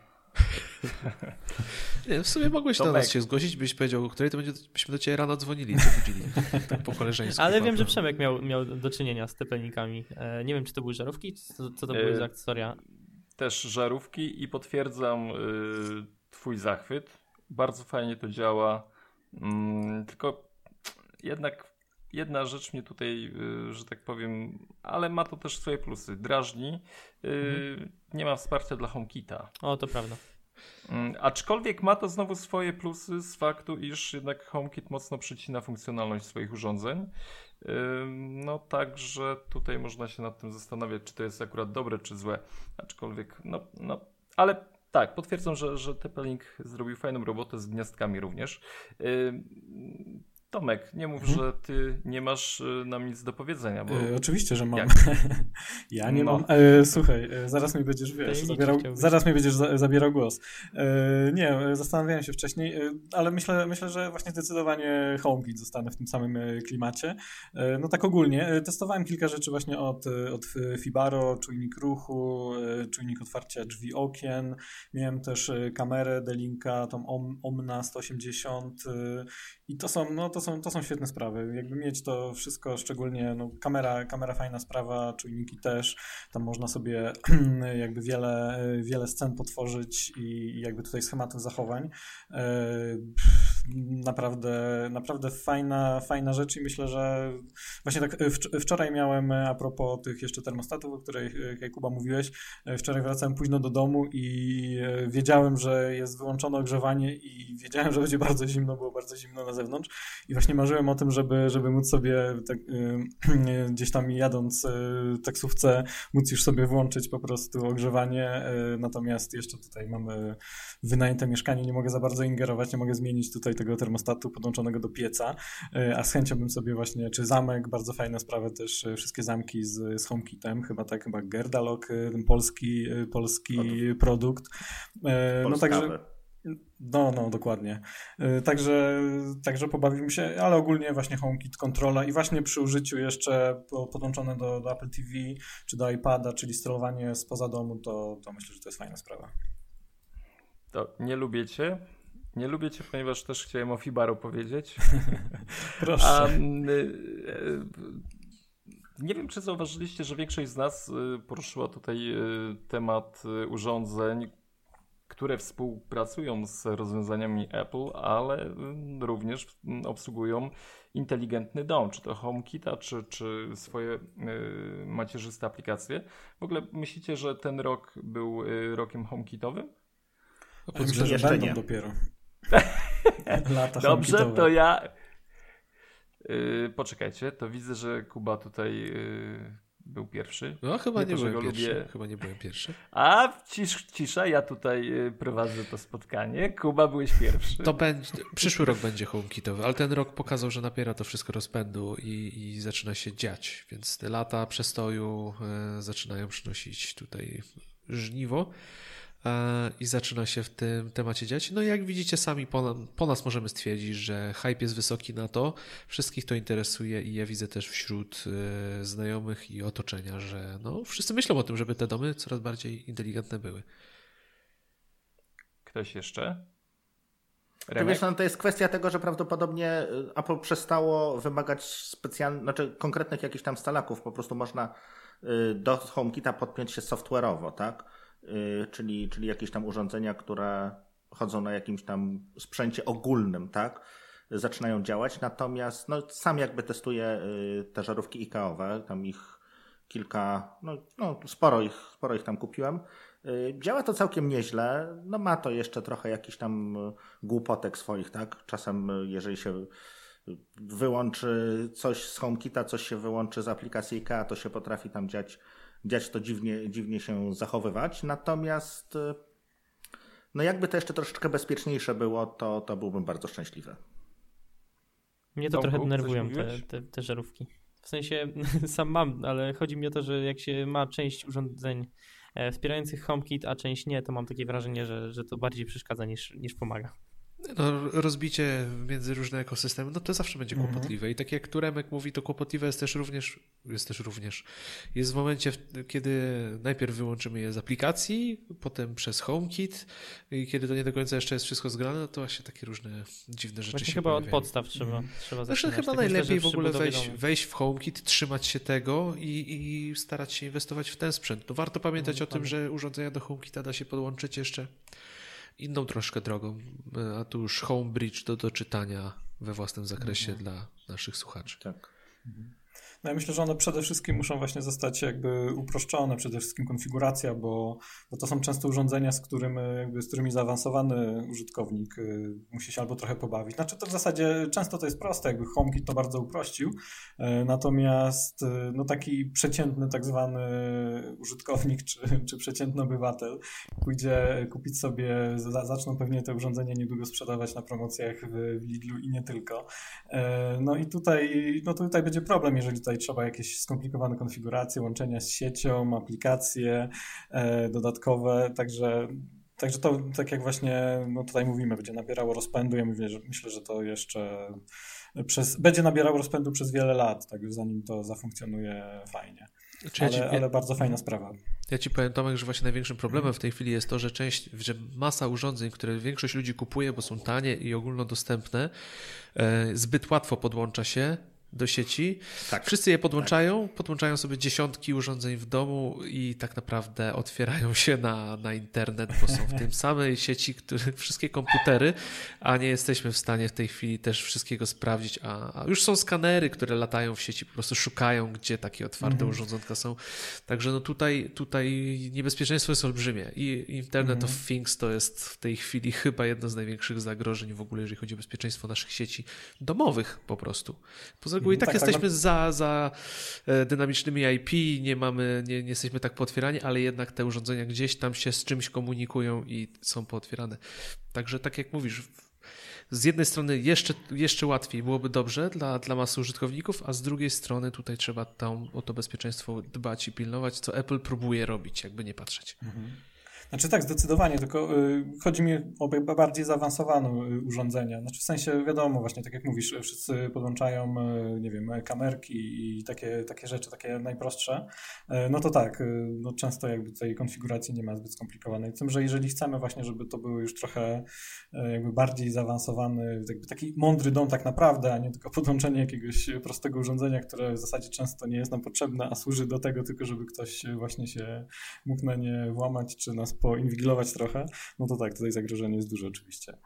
Nie, w sumie mogłeś Tomek. do nas się zgłosić, byś powiedział, o której to będzie, byśmy do ciebie rano dzwonili, co budzili, tak po koleżeńsku. Ale wiem, że Przemek miał, miał do czynienia z tepenikami. E, nie wiem, czy to były żarówki, czy co, co to były za akcesoria? Też żarówki i potwierdzam y, twój zachwyt. Bardzo fajnie to działa. Mm, tylko jednak jedna rzecz mnie tutaj, y, że tak powiem, ale ma to też swoje plusy. Drażni. Y, mhm. Nie ma wsparcia dla HomeKita. O, to prawda. Aczkolwiek ma to znowu swoje plusy z faktu, iż jednak HomeKit mocno przycina funkcjonalność swoich urządzeń. No także tutaj można się nad tym zastanawiać, czy to jest akurat dobre, czy złe. Aczkolwiek, no, no ale tak, potwierdzam, że, że T P-Link zrobił fajną robotę z gniazdkami również. Tomek, nie mów, mhm. że ty nie masz nam nic do powiedzenia. Bo... E, oczywiście, że mam. Jak? ja nie no. mam. E, słuchaj, e, zaraz mi będziesz, wiesz, zabierał, zaraz mi będziesz za, zabierał głos. E, nie, zastanawiałem się wcześniej, e, ale myślę, myślę, że właśnie zdecydowanie HomeKit zostanę w tym samym klimacie. E, no tak ogólnie. E, testowałem kilka rzeczy właśnie od, od Fibaro, czujnik ruchu, e, czujnik otwarcia drzwi okien. Miałem też kamerę D-Linka, tą Om, Omna sto osiemdziesiąt e, i to są, no to są, to są świetne sprawy. Jakby mieć to wszystko, szczególnie no, kamera, kamera fajna sprawa, czujniki też. Tam można sobie jakby wiele, wiele scen potworzyć i jakby tutaj schematów zachowań. Naprawdę, naprawdę fajna, fajna rzecz i myślę, że właśnie tak wczoraj miałem, a propos tych jeszcze termostatów, o których jak Kuba mówiłeś, wczoraj wracałem późno do domu i wiedziałem, że jest wyłączone ogrzewanie i wiedziałem, że będzie bardzo zimno, było bardzo zimno na zewnątrz i właśnie marzyłem o tym, żeby, żeby móc sobie tak, yy, gdzieś tam jadąc yy, taksówce, móc już sobie włączyć po prostu ogrzewanie, yy, natomiast jeszcze tutaj mamy wynajęte mieszkanie, nie mogę za bardzo ingerować, nie mogę zmienić tutaj tego termostatu podłączonego do pieca, yy, a z chęcią bym sobie właśnie, czy zamek, bardzo fajna sprawa też, yy, wszystkie zamki z, z HomeKitem, chyba tak, chyba Gerdalok, yy, ten polski, yy, polski Od... produkt. Yy, no także No, no, dokładnie. Yy, także, także pobawimy się, ale ogólnie właśnie HomeKit, kontrola i właśnie przy użyciu jeszcze podłączone do, do Apple T V czy do iPada, czyli sterowanie spoza domu, to, to myślę, że to jest fajna sprawa. To nie lubię cię. Nie lubię cię, ponieważ też chciałem o Fibaro powiedzieć. Proszę. A, y, y, nie wiem, czy zauważyliście, że większość z nas y, poruszyła tutaj y, temat y, urządzeń, które współpracują z rozwiązaniami Apple, ale również obsługują inteligentny dom, czy to HomeKita, czy, czy swoje y, macierzyste aplikacje. W ogóle myślicie, że ten rok był y, rokiem HomeKitowym? Ja myślę, że Jeszcze będą nie. dopiero. Lata Dobrze, HomeKitowe. to ja... Y, poczekajcie, to widzę, że Kuba tutaj... Y, był pierwszy. No chyba nie, nie to, byłem pierwszy. Lubię. Chyba nie byłem pierwszy. A cisz, cisza, ja tutaj prowadzę to spotkanie. Kuba, byłeś pierwszy. To będzie, przyszły rok będzie HomeKitowy, ale ten rok pokazał, że nabiera to wszystko rozpędu i, i zaczyna się dziać, więc te lata przestoju e, zaczynają przynosić tutaj żniwo e, i zaczyna się w tym temacie dziać. No i jak widzicie sami po, po nas możemy stwierdzić, że hype jest wysoki na to, wszystkich to interesuje i ja widzę też wśród e, znajomych i otoczenia, że no, wszyscy myślą o tym, żeby te domy coraz bardziej inteligentne były. Ktoś jeszcze? To wiesz, no, to jest kwestia tego, że prawdopodobnie Apple przestało wymagać specjalnych, znaczy konkretnych jakichś tam stalaków. Po prostu można do HomeKita podpiąć się software'owo, tak? Czyli, czyli jakieś tam urządzenia, które chodzą na jakimś tam sprzęcie ogólnym, tak? Zaczynają działać. Natomiast no, sam jakby testuję te żarówki IKEA-owe, tam ich kilka, no, no sporo ich, sporo ich tam kupiłem. Działa to całkiem nieźle, no ma to jeszcze trochę jakichś tam głupotek swoich, tak? Czasem jeżeli się wyłączy coś z HomeKita, coś się wyłączy z aplikacji IKEA, to się potrafi tam dziać, dziać to dziwnie, dziwnie się zachowywać. Natomiast no jakby to jeszcze troszeczkę bezpieczniejsze było, to, to byłbym bardzo szczęśliwy. Mnie to Tomku, trochę denerwują te, te, te żarówki. W sensie sam mam, ale chodzi mi o to, że jak się ma część urządzeń wspierających HomeKit, a część nie, to mam takie wrażenie, że, że to bardziej przeszkadza niż, niż pomaga. No, rozbicie między różne ekosystemy, no to zawsze będzie kłopotliwe. I tak jak tu Remek mówi, to kłopotliwe jest też również, jest też również, jest w momencie, kiedy najpierw wyłączymy je z aplikacji, potem przez HomeKit i kiedy to nie do końca jeszcze jest wszystko zgrane, no to właśnie takie różne dziwne rzeczy właśnie się chyba pojawiają. od podstaw trzeba, trzeba Zresztą zaczynać. chyba Tak najlepiej myślę, w ogóle wejść, domu. wejść w HomeKit, trzymać się tego i, i starać się inwestować w ten sprzęt. No warto pamiętać No, o tym, że urządzenia do HomeKita da się podłączyć jeszcze inną troszkę drogą, a tu już Homebridge do doczytania we własnym zakresie mhm. dla naszych słuchaczy. Tak. No ja myślę, że one przede wszystkim muszą właśnie zostać jakby uproszczone, przede wszystkim konfiguracja, bo, bo to są często urządzenia, z, którym, jakby, z którymi zaawansowany użytkownik y, musi się albo trochę pobawić. Znaczy to w zasadzie często to jest proste, jakby HomeKit to bardzo uprościł, y, natomiast y, no taki przeciętny tak zwany użytkownik czy, czy przeciętny obywatel pójdzie kupić sobie, za, zaczną pewnie te urządzenia niedługo sprzedawać na promocjach w, w Lidlu i nie tylko. Y, no i tutaj, no tutaj będzie problem, jeżeli tutaj trzeba jakieś skomplikowane konfiguracje, łączenia z siecią, aplikacje e, dodatkowe, także, także to tak jak właśnie no tutaj mówimy, będzie nabierało rozpędu. Ja mówię, że myślę, że to jeszcze przez, będzie nabierało rozpędu przez wiele lat, tak zanim to zafunkcjonuje fajnie. Ale, ja ci, ale bardzo fajna sprawa. Ja ci powiem, Tomek, że właśnie największym problemem w tej chwili jest to, że część, że masa urządzeń, które większość ludzi kupuje, bo są tanie i ogólnodostępne, e, zbyt łatwo podłącza się do sieci. Tak. Wszyscy je podłączają, tak. podłączają sobie dziesiątki urządzeń w domu i tak naprawdę otwierają się na, na internet, bo są w tym samej sieci, które, wszystkie komputery, a nie jesteśmy w stanie w tej chwili też wszystkiego sprawdzić, a, a już są skanery, które latają w sieci, po prostu szukają, gdzie takie otwarte mm-hmm. urządzonka są. Także no tutaj, tutaj niebezpieczeństwo jest olbrzymie i Internet mm-hmm. of Things to jest w tej chwili chyba jedno z największych zagrożeń w ogóle, jeżeli chodzi o bezpieczeństwo naszych sieci domowych po prostu. Poza i tak, tak jesteśmy tak, za, za dynamicznymi I P, nie mamy, nie, nie jesteśmy tak pootwierani, ale jednak te urządzenia gdzieś tam się z czymś komunikują i są pootwierane. Także tak jak mówisz, z jednej strony jeszcze, jeszcze łatwiej byłoby dobrze dla, dla masy użytkowników, a z drugiej strony tutaj trzeba tam o to bezpieczeństwo dbać i pilnować, co Apple próbuje robić, jakby nie patrzeć. Mhm. Znaczy tak, zdecydowanie, tylko y, chodzi mi o bardziej zaawansowane y, urządzenia. Znaczy w sensie wiadomo, właśnie tak jak mówisz, wszyscy podłączają, y, nie wiem, kamerki i takie, takie rzeczy, takie najprostsze. Y, no to tak, y, no często jakby tej konfiguracji nie ma zbyt skomplikowanej. Z tym, że jeżeli chcemy właśnie, żeby to było już trochę y, jakby bardziej zaawansowany, jakby taki mądry dom tak naprawdę, a nie tylko podłączenie jakiegoś prostego urządzenia, które w zasadzie często nie jest nam potrzebne, a służy do tego tylko, żeby ktoś właśnie się mógł na nie włamać, czy nas poinwigilować trochę, no to tak, tutaj zagrożenie jest duże oczywiście.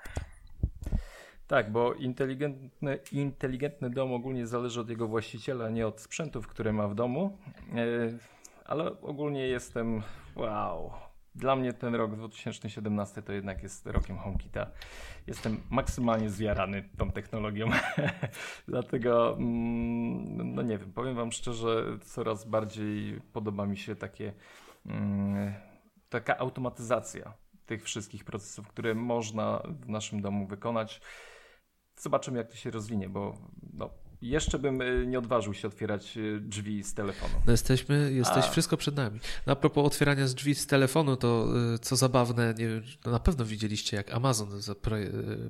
Tak, bo inteligentny, inteligentny dom ogólnie zależy od jego właściciela, nie od sprzętów, które ma w domu, yy, ale ogólnie jestem, wow, dla mnie ten rok dwa tysiące siedemnasty to jednak jest rokiem HomeKita. Jestem maksymalnie zjarany tą technologią, dlatego, mm, no nie wiem, powiem wam szczerze, coraz bardziej podoba mi się takie mm, taka automatyzacja tych wszystkich procesów, które można w naszym domu wykonać. Zobaczymy, jak to się rozwinie, bo no, jeszcze bym nie odważył się otwierać drzwi z telefonu. No jesteśmy, jesteś, A. wszystko przed nami. No a propos otwierania z drzwi z telefonu, to co zabawne, nie wiem, no na pewno widzieliście, jak Amazon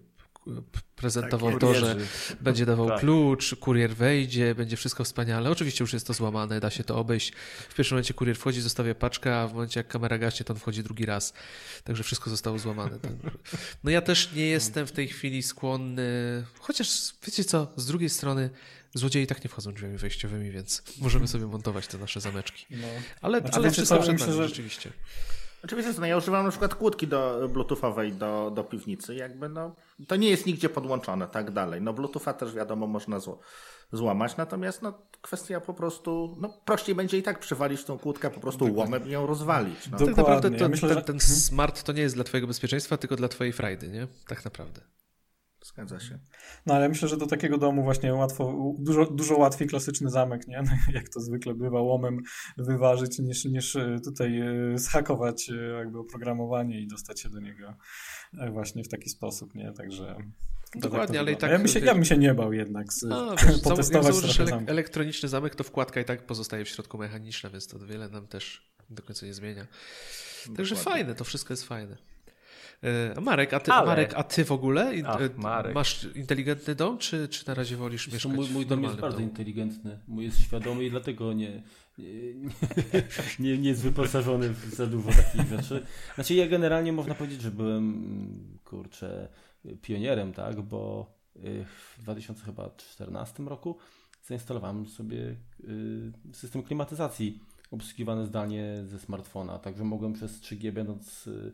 prezentował Tak, to, że kurierzy. będzie dawał Tak. klucz, kurier wejdzie, będzie wszystko wspaniale. Oczywiście już jest to złamane, da się to obejść. W pierwszym momencie kurier wchodzi, zostawia paczkę, a w momencie jak kamera gaśnie, to on wchodzi drugi raz. Także wszystko zostało złamane. No ja też nie jestem w tej chwili skłonny, chociaż wiecie co, z drugiej strony złodzieje i tak nie wchodzą drzwiami wejściowymi, więc możemy sobie montować te nasze zameczki. No. Ale, Znaczy, ale wiecie wszystko co, przed myślę, nami, że- rzeczywiście. Oczywiście, no ja używam na przykład kłódki do bluetoothowej do, do piwnicy, jakby no, to nie jest nigdzie podłączone, tak dalej. No bluetootha też wiadomo można zło, złamać, natomiast no kwestia po prostu, no prościej będzie i tak przywalić tą kłódkę po prostu łomem i ją rozwalić. No. Do- Tak naprawdę Dokładnie. to, Ja myślę, ten, że- ten smart to nie jest dla twojego bezpieczeństwa, tylko dla twojej frajdy, nie? Tak naprawdę. Zgadza się. No ale myślę, że do takiego domu właśnie łatwo, dużo, dużo łatwiej klasyczny zamek, nie? Jak to zwykle bywa, łomem wyważyć, niż, niż tutaj e, zhakować e, jakby oprogramowanie i dostać się do niego e, właśnie w taki sposób, nie? Także... to Dokładnie, to ale i wygląda. tak- Ja bym się, ja bym się nie bał jednak z, No, wiesz, jak potestować założysz trochę elek- zamku. elektroniczny zamek, to wkładka i tak pozostaje w środku mechaniczna, więc to wiele nam też do końca nie zmienia. Także fajne, to wszystko jest fajne. E, A Marek, a ty, Ale- Marek, a ty w ogóle in- Ach, e, Marek. masz inteligentny dom, czy, czy na razie wolisz Zresztą mieszkać mój, mój w dom jest normalnym bardzo domu? inteligentny. Mój jest świadomy i dlatego nie, nie, nie, nie jest wyposażony w za dużo takich rzeczy. Znaczy ja generalnie można powiedzieć, że byłem mm, kurczę pionierem, tak, bo y, w dwa tysiące czternastym roku zainstalowałem sobie y, system klimatyzacji obsługiwany zdalnie ze smartfona, także mogłem przez trzy G będąc y,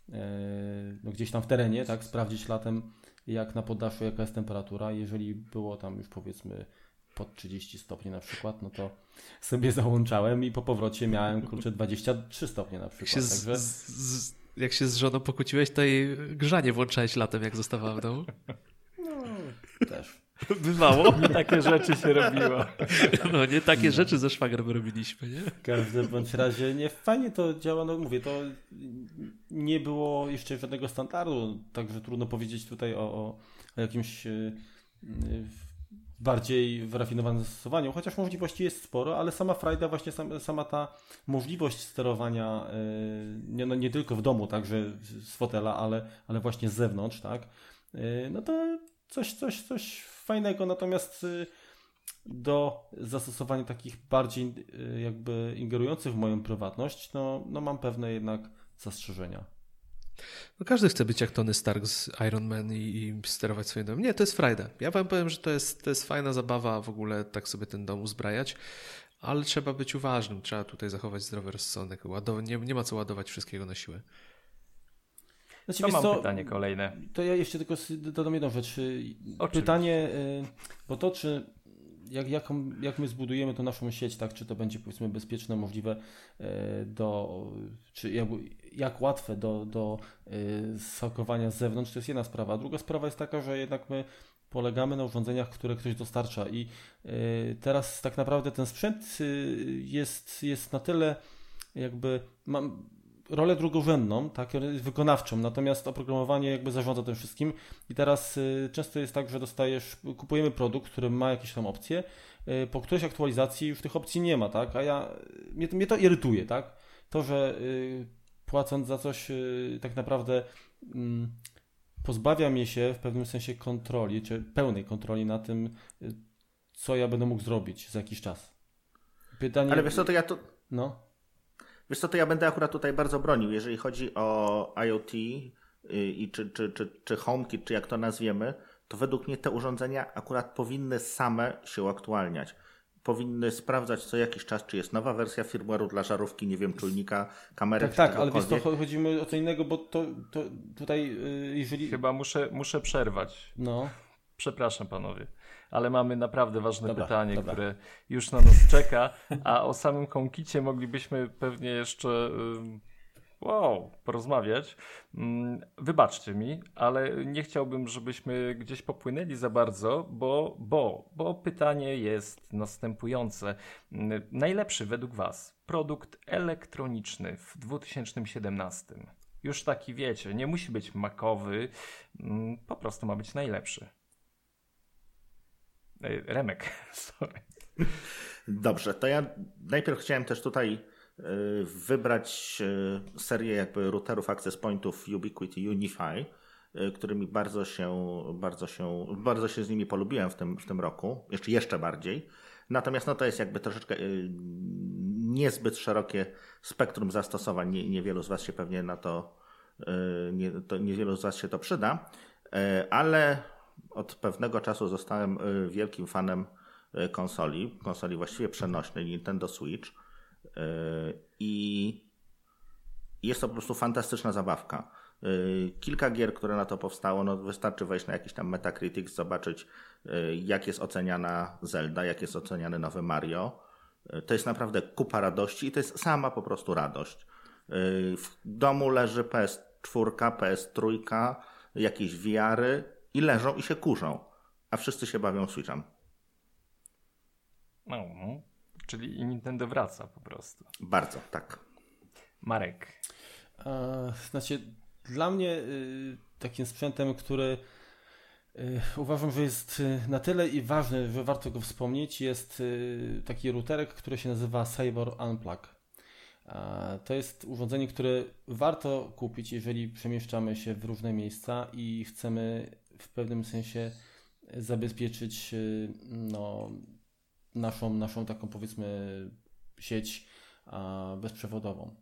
no gdzieś tam w terenie, tak, sprawdzić latem jak na poddaszu, jaka jest temperatura. Jeżeli było tam już powiedzmy pod trzydzieści stopni na przykład, no to sobie załączałem i po powrocie miałem kurczę dwadzieścia trzy stopnie na Jak przykład. się, z, Także z, z, jak się z żoną pokłóciłeś, to jej grzanie włączałeś latem, jak zostawała w domu? też. Bywało. Takie rzeczy się robiło. No nie, takie rzeczy ze szwagrem robiliśmy, nie? W każdym bądź razie nie fajnie to działa, no mówię, to nie było jeszcze żadnego standardu, także trudno powiedzieć tutaj o, o, o jakimś y, y, bardziej wyrafinowanym zastosowaniu, chociaż możliwości jest sporo, ale sama frajda, właśnie sam, sama ta możliwość sterowania y, nie, no nie tylko w domu, także z fotela, ale, ale właśnie z zewnątrz, tak, y, no to coś, coś, coś fajnego, natomiast y, do zastosowania takich bardziej y, jakby ingerujących w moją prywatność, no, no mam pewne jednak zastrzeżenia. No każdy chce być jak Tony Stark z Iron Man i, i sterować swoim domem. Nie, to jest frajda. Ja wam powiem, że to jest, to jest fajna zabawa w ogóle tak sobie ten dom uzbrajać, ale trzeba być uważnym, trzeba tutaj zachować zdrowy rozsądek. Ładow- nie, nie ma co ładować wszystkiego na siłę. Znaczy, To wiesz mam co, pytanie kolejne. To ja jeszcze tylko s- dodam jedną rzecz. Oczywiście. Pytanie, y, bo to czy jak, jaką, jak my zbudujemy tą naszą sieć, tak, czy to będzie powiedzmy bezpieczne, możliwe y, do, czy jak, jak łatwe do, do y, zhakowania z zewnątrz, to jest jedna sprawa. Druga sprawa jest taka, że jednak my polegamy na urządzeniach, które ktoś dostarcza i y, teraz tak naprawdę ten sprzęt y, jest, jest na tyle jakby mam rolę drugorzędną, tak, wykonawczą, natomiast oprogramowanie jakby zarządza tym wszystkim i teraz y, często jest tak, że dostajesz, kupujemy produkt, który ma jakieś tam opcje, y, po którejś aktualizacji już tych opcji nie ma, tak, a ja, mnie, to- mnie to irytuje, tak, to, że y, płacąc za coś y, tak naprawdę mm, pozbawia mnie się w pewnym sensie kontroli, czy pełnej kontroli na tym, y, co ja będę mógł zrobić za jakiś czas. Pytanie... Ale wiesz co, to ja to... No. Wiesz co, to ja będę akurat tutaj bardzo bronił, jeżeli chodzi o IoT i czy, czy, czy, czy HomeKit, czy jak to nazwiemy, to według mnie te urządzenia akurat powinny same się uaktualniać. Powinny sprawdzać co jakiś czas, czy jest nowa wersja firmware'u dla żarówki, nie wiem, czujnika, kamery, Tak, czy tak, ale wiesz co, czegokolwiek. chodzi mi o co innego, bo to, to tutaj, y, jeżeli... Chyba muszę, muszę przerwać. No, Przepraszam panowie, ale mamy naprawdę ważne Dobra, pytanie, dobra. które już na nas czeka, a o samym HomeKicie moglibyśmy pewnie jeszcze ym, wow, porozmawiać. Ym, Wybaczcie mi, ale nie chciałbym, żebyśmy gdzieś popłynęli za bardzo, bo, bo, bo pytanie jest następujące. Ym, Najlepszy według was produkt elektroniczny w dwa tysiące siedemnastym? Już taki wiecie, nie musi być makowy, ym, po prostu ma być najlepszy. Ej, Remek, sorry. Dobrze, to ja najpierw chciałem też tutaj y, wybrać y, serię jakby routerów access pointów Ubiquiti Unify. którymi bardzo się, bardzo się, bardzo się z nimi polubiłem w tym, w tym roku, jeszcze, jeszcze bardziej. Natomiast no, to jest jakby troszeczkę niezbyt szerokie spektrum zastosowań. Nie, niewielu z Was się pewnie na to, nie, to, niewielu z Was się to przyda, ale od pewnego czasu zostałem wielkim fanem konsoli, konsoli właściwie przenośnej, Nintendo Switch i jest to po prostu fantastyczna zabawka. Kilka gier, które na to powstało, no wystarczy wejść na jakiś tam Metacritic, zobaczyć jak jest oceniana Zelda, jak jest oceniany nowy Mario. To jest naprawdę kupa radości i to jest sama po prostu radość. W domu leży P S cztery, P S trzy, jakieś V R-y i leżą i się kurzą, a wszyscy się bawią Switchem. No, czyli i Nintendo wraca po prostu. Bardzo, tak. Marek. E, znaczy, dla mnie y, takim sprzętem, który y, uważam, że jest na tyle i ważny, że warto go wspomnieć, jest y, taki routerek, który się nazywa Saber Unplug. E, to jest urządzenie, które warto kupić, jeżeli przemieszczamy się w różne miejsca i chcemy w pewnym sensie zabezpieczyć y, no, naszą, naszą taką powiedzmy sieć a, bezprzewodową.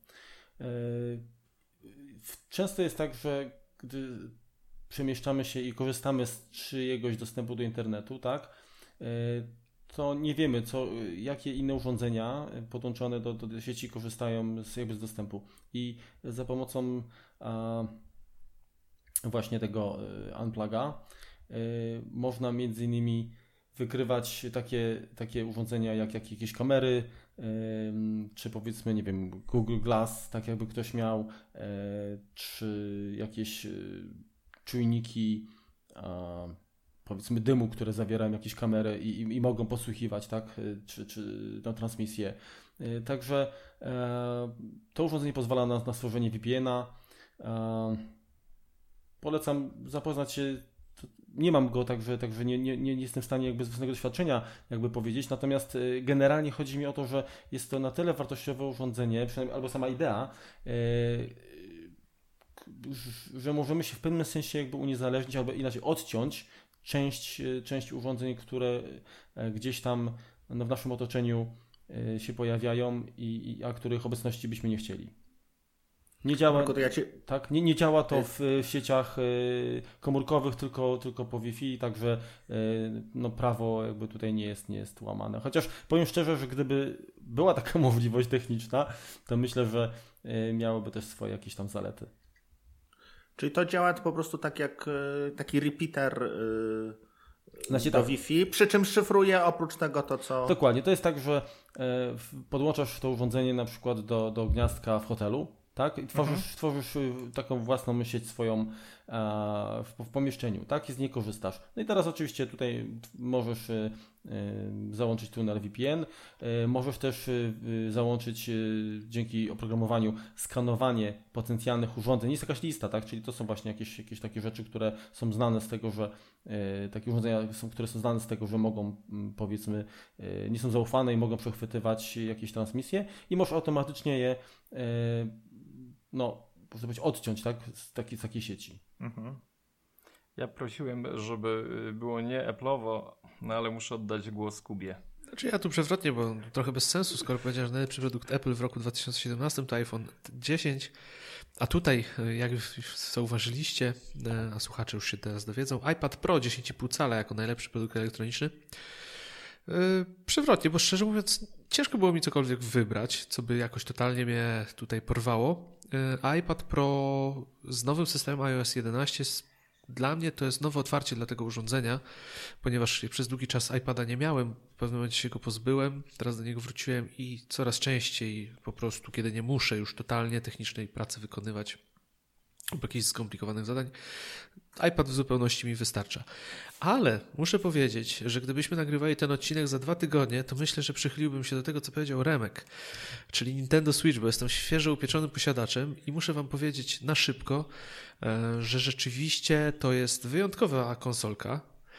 Często jest tak, że gdy przemieszczamy się i korzystamy z czyjegoś dostępu do internetu, tak, to nie wiemy, co, jakie inne urządzenia podłączone do, do sieci korzystają z, jakby z dostępu. I za pomocą a, właśnie tego unpluga y, można między innymi wykrywać takie, takie urządzenia jak, jak jakieś kamery, yy, czy powiedzmy, nie wiem, Google Glass, tak jakby ktoś miał, yy, czy jakieś yy, czujniki, yy, powiedzmy dymu, które zawierają jakieś kamery i, i, i mogą posłuchiwać, tak, yy, czy, czy na transmisję. Yy, także yy, to urządzenie pozwala na, na stworzenie V P N-a. Yy, polecam zapoznać się. Nie mam go, także, także nie, nie, nie jestem w stanie jakby z własnego doświadczenia jakby powiedzieć, natomiast generalnie chodzi mi o to, że jest to na tyle wartościowe urządzenie, przynajmniej albo sama idea, yy, że możemy się w pewnym sensie jakby uniezależnić albo inaczej odciąć część, część urządzeń, które gdzieś tam no, w naszym otoczeniu się pojawiają i, i a których obecności byśmy nie chcieli. Nie działa, ja ci... tak, nie, nie działa to w, w sieciach y, komórkowych, tylko, tylko po Wi-Fi, także y, no, prawo jakby tutaj nie jest, nie jest łamane. Chociaż powiem szczerze, że gdyby była taka możliwość techniczna, to myślę, że y, miałoby też swoje jakieś tam zalety. Czyli to działa po prostu tak jak y, taki repeater y, znaczy, do tak. Wi-Fi, przy czym szyfruje oprócz tego to, co... Dokładnie, to jest tak, że y, podłączasz to urządzenie na przykład do, do gniazdka w hotelu, tak? I tworzysz, mhm. tworzysz taką własną sieć swoją e, w, w pomieszczeniu, tak? I z niej korzystasz. No i teraz oczywiście tutaj możesz e, załączyć tunel V P N, e, możesz też e, załączyć e, dzięki oprogramowaniu skanowanie potencjalnych urządzeń. Jest jakaś lista, tak? Czyli to są właśnie jakieś, jakieś takie rzeczy, które są znane z tego, że e, takie urządzenia, są, które są znane z tego, że mogą m, powiedzmy, e, nie są zaufane i mogą przechwytywać jakieś transmisje i możesz automatycznie je e, no, można powiedzieć, odciąć, tak, z takiej, z takiej sieci. Mhm. Ja prosiłem, żeby było nie Apple'owo, no ale muszę oddać głos Kubie. Znaczy ja tu przewrotnie, bo trochę bez sensu, skoro powiedziałem, że najlepszy produkt Apple w roku dwa tysiące siedemnastym to iPhone dziesięć, a tutaj, jak już zauważyliście, a słuchacze już się teraz dowiedzą, iPad Pro dziesięć i pół cala jako najlepszy produkt elektroniczny. Yy, przewrotnie, bo szczerze mówiąc ciężko było mi cokolwiek wybrać, co by jakoś totalnie mnie tutaj porwało. Yy, iPad Pro z nowym systemem iOS jedenaście dla mnie to jest nowe otwarcie dla tego urządzenia, ponieważ przez długi czas iPada nie miałem, w pewnym momencie się go pozbyłem, teraz do niego wróciłem i coraz częściej po prostu, kiedy nie muszę już totalnie technicznej pracy wykonywać lub jakichś skomplikowanych zadań, iPad w zupełności mi wystarcza. Ale muszę powiedzieć, że gdybyśmy nagrywali ten odcinek za dwa tygodnie, to myślę, że przychyliłbym się do tego, co powiedział Remek, czyli Nintendo Switch, bo jestem świeżo upieczonym posiadaczem i muszę wam powiedzieć na szybko, że rzeczywiście to jest wyjątkowa konsolka,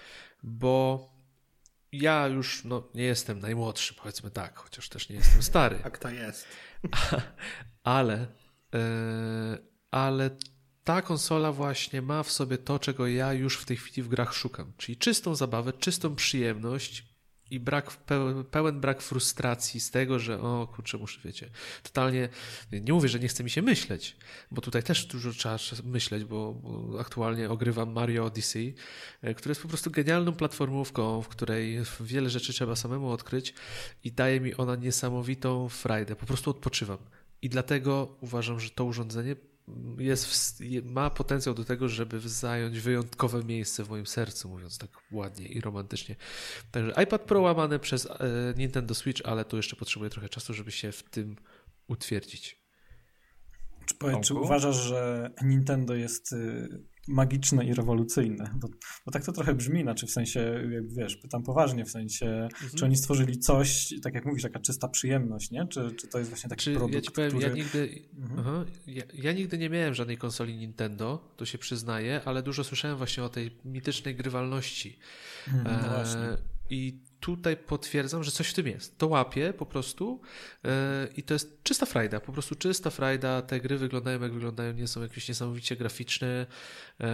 bo ja już no, nie jestem najmłodszy, powiedzmy tak, chociaż też nie jestem stary. Tak to jest. ale, ale ta konsola właśnie ma w sobie to, czego ja już w tej chwili w grach szukam, czyli czystą zabawę, czystą przyjemność i brak, pełen, pełen brak frustracji z tego, że o kurczę, muszę, wiecie, totalnie, nie mówię, że nie chce mi się myśleć, bo tutaj też dużo trzeba myśleć, bo, bo aktualnie ogrywam Mario Odyssey, który jest po prostu genialną platformówką, w której wiele rzeczy trzeba samemu odkryć i daje mi ona niesamowitą frajdę, po prostu odpoczywam. I dlatego uważam, że to urządzenie jest w, ma potencjał do tego, żeby zająć wyjątkowe miejsce w moim sercu, mówiąc tak ładnie i romantycznie. Także iPad Pro łamane przez e, Nintendo Switch, ale tu jeszcze potrzebuję trochę czasu, żeby się w tym utwierdzić. Czy, powiedz, czy uważasz, że Nintendo jest y, magiczne i rewolucyjne? Bo, bo tak to trochę brzmi, znaczy w sensie, jak wiesz, pytam poważnie, w sensie, mhm. czy oni stworzyli coś, tak jak mówisz, taka czysta przyjemność, nie? Czy, czy to jest właśnie taki czy, produkt, ja ci powiem, który... Ja nigdy, mhm. aha, ja, ja nigdy nie miałem żadnej konsoli Nintendo, to się przyznaję, ale dużo słyszałem właśnie o tej mitycznej grywalności. Mhm, no właśnie. E, I tutaj potwierdzam, że coś w tym jest. To łapię po prostu yy, i to jest czysta frajda, po prostu czysta frajda. Te gry wyglądają jak wyglądają, nie są jakieś niesamowicie graficzne, yy,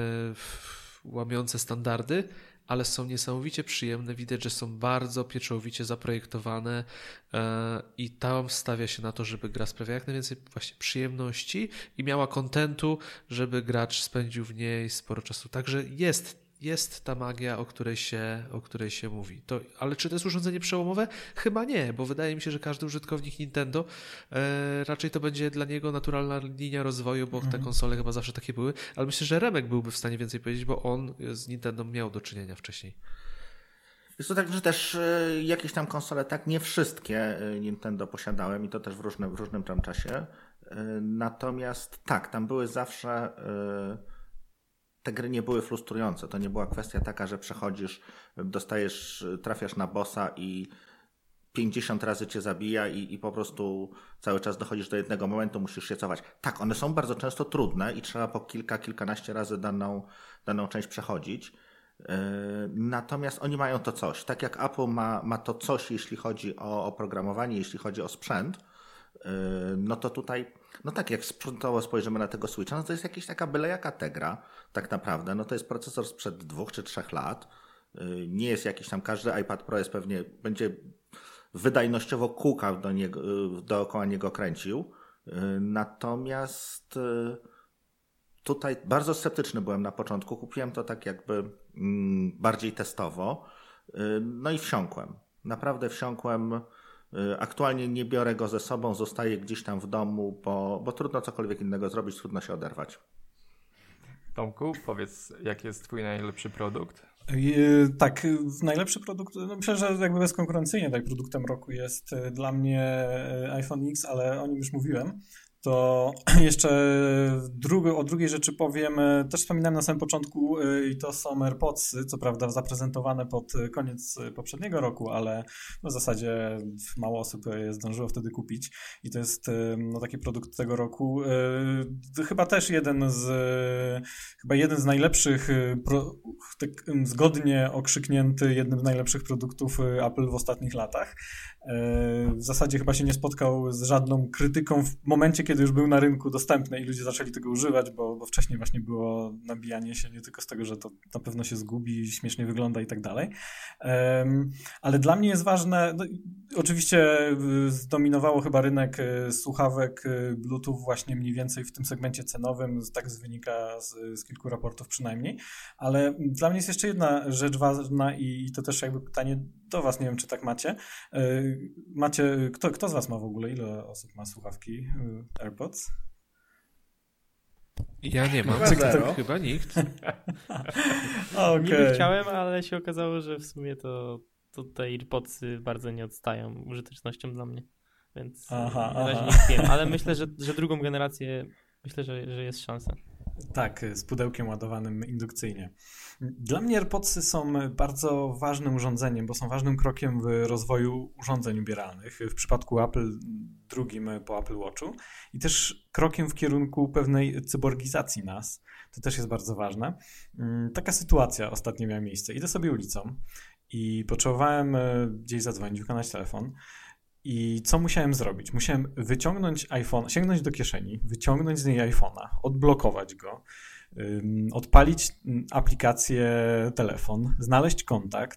łamiące standardy, ale są niesamowicie przyjemne. Widać, że są bardzo pieczołowicie zaprojektowane yy, i tam stawia się na to, żeby gra sprawiała jak najwięcej właśnie przyjemności i miała kontentu, żeby gracz spędził w niej sporo czasu. Także jest Jest ta magia, o której się, o której się mówi. To, ale czy to jest urządzenie przełomowe? Chyba nie, bo wydaje mi się, że każdy użytkownik Nintendo e, raczej to będzie dla niego naturalna linia rozwoju, bo mm. te konsole chyba zawsze takie były, ale myślę, że Remek byłby w stanie więcej powiedzieć, bo on z Nintendo miał do czynienia wcześniej. Jest to tak, że też y, jakieś tam konsole, tak, nie wszystkie y, Nintendo posiadałem i to też w różnym, w różnym tam czasie. Y, natomiast tak, tam były zawsze... Y, te gry nie były frustrujące. To nie była kwestia taka, że przechodzisz, dostajesz, trafiasz na bossa i pięćdziesiąt razy cię zabija i, i po prostu cały czas dochodzisz do jednego momentu, musisz się cofać. Tak, one są bardzo często trudne i trzeba po kilka, kilkanaście razy daną, daną część przechodzić. Yy, natomiast oni mają to coś. Tak jak Apple ma, ma to coś, jeśli chodzi o oprogramowanie, jeśli chodzi o sprzęt, yy, no to tutaj, no tak jak sprzętowo spojrzymy na tego Switcha, no to jest jakaś taka byle jaka Tegra, tak naprawdę. No to jest procesor sprzed dwóch czy trzech lat. Yy, nie jest jakiś tam, każdy iPad Pro jest pewnie, będzie wydajnościowo kółka do niego, dookoła niego kręcił. Natomiast tutaj bardzo sceptyczny byłem na początku. Kupiłem to tak jakby bardziej testowo. No i wsiąkłem. Naprawdę wsiąkłem. Aktualnie nie biorę go ze sobą, zostaje gdzieś tam w domu, bo, bo trudno cokolwiek innego zrobić, trudno się oderwać. Tomku, powiedz, jaki jest twój najlepszy produkt? Tak, najlepszy produkt, no myślę, że jakby bezkonkurencyjnie tak produktem roku jest dla mnie iPhone X, ale o nim już mówiłem. To jeszcze drugi, o drugiej rzeczy powiem, też wspominałem na samym początku i to są AirPodsy, co prawda zaprezentowane pod koniec poprzedniego roku, ale w zasadzie mało osób je zdążyło wtedy kupić i to jest no, taki produkt tego roku. Chyba też jeden z, chyba jeden z najlepszych, pro, tak zgodnie okrzyknięty jednym z najlepszych produktów Apple w ostatnich latach. W zasadzie chyba się nie spotkał z żadną krytyką w momencie, kiedy już był na rynku dostępny i ludzie zaczęli tego używać, bo, bo wcześniej właśnie było nabijanie się nie tylko z tego, że to na pewno się zgubi, śmiesznie wygląda i tak dalej. Um, ale dla mnie jest ważne, no, oczywiście zdominowało chyba rynek słuchawek Bluetooth właśnie mniej więcej w tym segmencie cenowym, tak wynika z, z kilku raportów przynajmniej, ale dla mnie jest jeszcze jedna rzecz ważna i, i to też jakby pytanie do was, nie wiem czy tak macie. Macie, kto, kto z was ma w ogóle, ile osób ma słuchawki AirPods? Ja nie mam, chyba, chyba nikt. Okay. Niby chciałem, ale się okazało, że w sumie to, to te AirPodsy bardzo nie odstają użytecznością dla mnie, więc aha, na razie aha. nie wiem, ale myślę, że, że drugą generację myślę, że, że jest szansa. Tak, z pudełkiem ładowanym indukcyjnie. Dla mnie AirPodsy są bardzo ważnym urządzeniem, bo są ważnym krokiem w rozwoju urządzeń ubieralnych. W przypadku Apple drugim po Apple Watchu i też krokiem w kierunku pewnej cyborgizacji nas. To też jest bardzo ważne. Taka sytuacja ostatnio miała miejsce. Idę sobie ulicą i potrzebowałem gdzieś zadzwonić, wykonać telefon I co musiałem zrobić? Musiałem wyciągnąć iPhone, sięgnąć do kieszeni, wyciągnąć z niej iPhone'a, odblokować go, ym, odpalić aplikację telefon, znaleźć kontakt,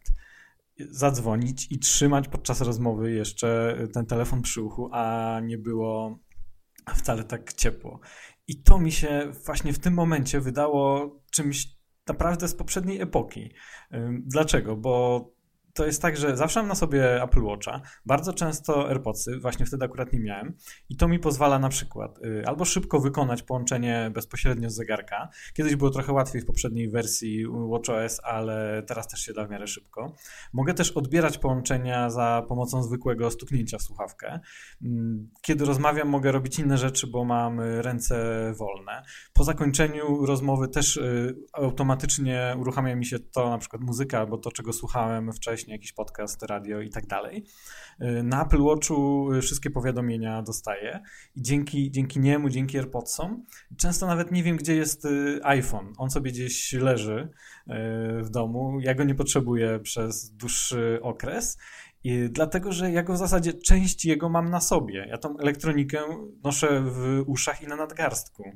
zadzwonić i trzymać podczas rozmowy jeszcze ten telefon przy uchu, a nie było wcale tak ciepło. I to mi się właśnie w tym momencie wydało czymś naprawdę z poprzedniej epoki. Ym, dlaczego? Bo to jest tak, że zawsze mam na sobie Apple Watcha, bardzo często AirPodsy, właśnie wtedy akurat nie miałem i to mi pozwala na przykład y, albo szybko wykonać połączenie bezpośrednio z zegarka. Kiedyś było trochę łatwiej w poprzedniej wersji watchOS, ale teraz też się da w miarę szybko. Mogę też odbierać połączenia za pomocą zwykłego stuknięcia w słuchawkę. Kiedy rozmawiam, mogę robić inne rzeczy, bo mam ręce wolne. Po zakończeniu rozmowy też y, automatycznie uruchamia mi się to, na przykład muzyka, albo to, czego słuchałem wcześniej, jakiś podcast, radio i tak dalej. Na Apple Watchu wszystkie powiadomienia dostaję i dzięki, dzięki niemu, dzięki AirPodsom często nawet nie wiem, gdzie jest iPhone. On sobie gdzieś leży w domu. Ja go nie potrzebuję przez dłuższy okres. I dlatego, że ja go w zasadzie część jego mam na sobie. Ja tą elektronikę noszę w uszach i na nadgarstku.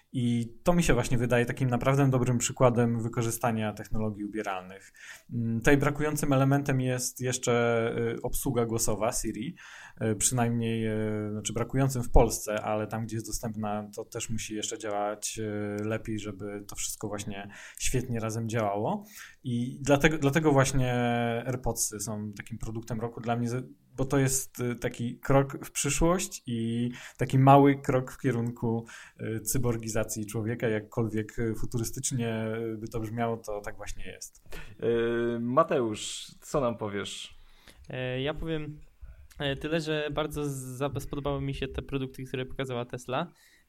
I to mi się właśnie wydaje takim naprawdę dobrym przykładem wykorzystania technologii ubieralnych. Tutaj brakującym elementem jest jeszcze obsługa głosowa Siri, przynajmniej, znaczy brakującym w Polsce, ale tam, gdzie jest dostępna, to też musi jeszcze działać lepiej, żeby to wszystko właśnie świetnie razem działało. I dlatego, dlatego właśnie AirPodsy są takim produktem roku dla mnie, bo to jest taki krok w przyszłość i taki mały krok w kierunku cyborgizacji człowieka, jakkolwiek futurystycznie by to brzmiało, to tak właśnie jest. Yy, Mateusz, co nam powiesz? Ja powiem tyle, że bardzo spodobały mi się te produkty, które pokazała Tesla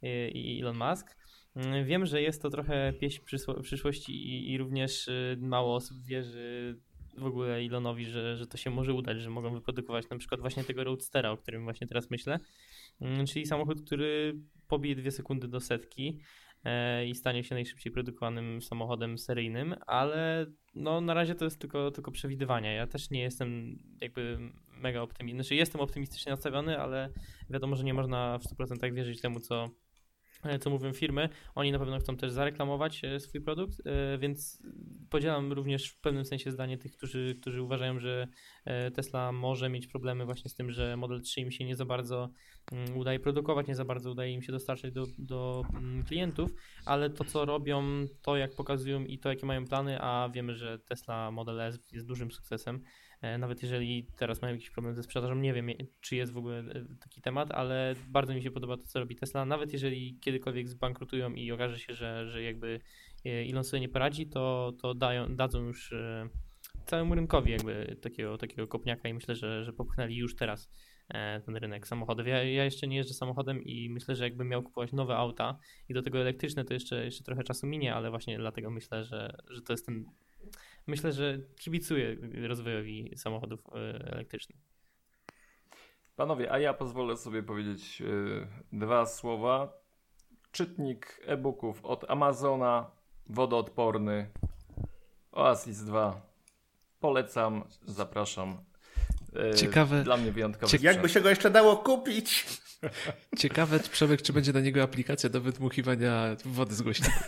i Elon Musk. Wiem, że jest to trochę pieśń przyszłości i, i również mało osób wierzy w ogóle Elonowi, że, że to się może udać, że mogą wyprodukować na przykład właśnie tego Roadstera, o którym właśnie teraz myślę, czyli samochód, który pobije dwie sekundy do setki i stanie się najszybciej produkowanym samochodem seryjnym, ale no na razie to jest tylko, tylko przewidywania. Ja też nie jestem jakby mega optymistyczny, znaczy jestem optymistycznie nastawiony, ale wiadomo, że nie można w stu procentach wierzyć temu, co co mówią firmy. Oni na pewno chcą też zareklamować swój produkt, więc podzielam również w pewnym sensie zdanie tych, którzy, którzy uważają, że Tesla może mieć problemy właśnie z tym, że Model trzy im się nie za bardzo udaje produkować, nie za bardzo udaje im się dostarczać do, do klientów, ale to, co robią, to jak pokazują i to, jakie mają plany, a wiemy, że Tesla Model S jest dużym sukcesem. Nawet jeżeli teraz mają jakiś problem ze sprzedażą, nie wiem, czy jest w ogóle taki temat, ale bardzo mi się podoba to, co robi Tesla. Nawet jeżeli kiedykolwiek zbankrutują i okaże się, że, że jakby Elon sobie nie poradzi, to, to dają, dadzą już całemu rynkowi jakby takiego, takiego kopniaka i myślę, że, że popchnęli już teraz ten rynek samochodów. Ja, ja jeszcze nie jeżdżę samochodem i myślę, że jakbym miał kupować nowe auta i do tego elektryczne, to jeszcze, jeszcze trochę czasu minie, ale właśnie dlatego myślę, że, że to jest ten... Myślę, że kibicuję rozwojowi samochodów elektrycznych. Panowie, a ja pozwolę sobie powiedzieć yy, dwa słowa. Czytnik e-booków od Amazona, wodoodporny, Oasis dwa. Polecam, zapraszam. Yy, Ciekawe. Dla mnie wyjątkowy. Cie- jakby się go jeszcze dało kupić. Ciekawe, Przemek, czy będzie na niego aplikacja do wydmuchiwania wody z głośników.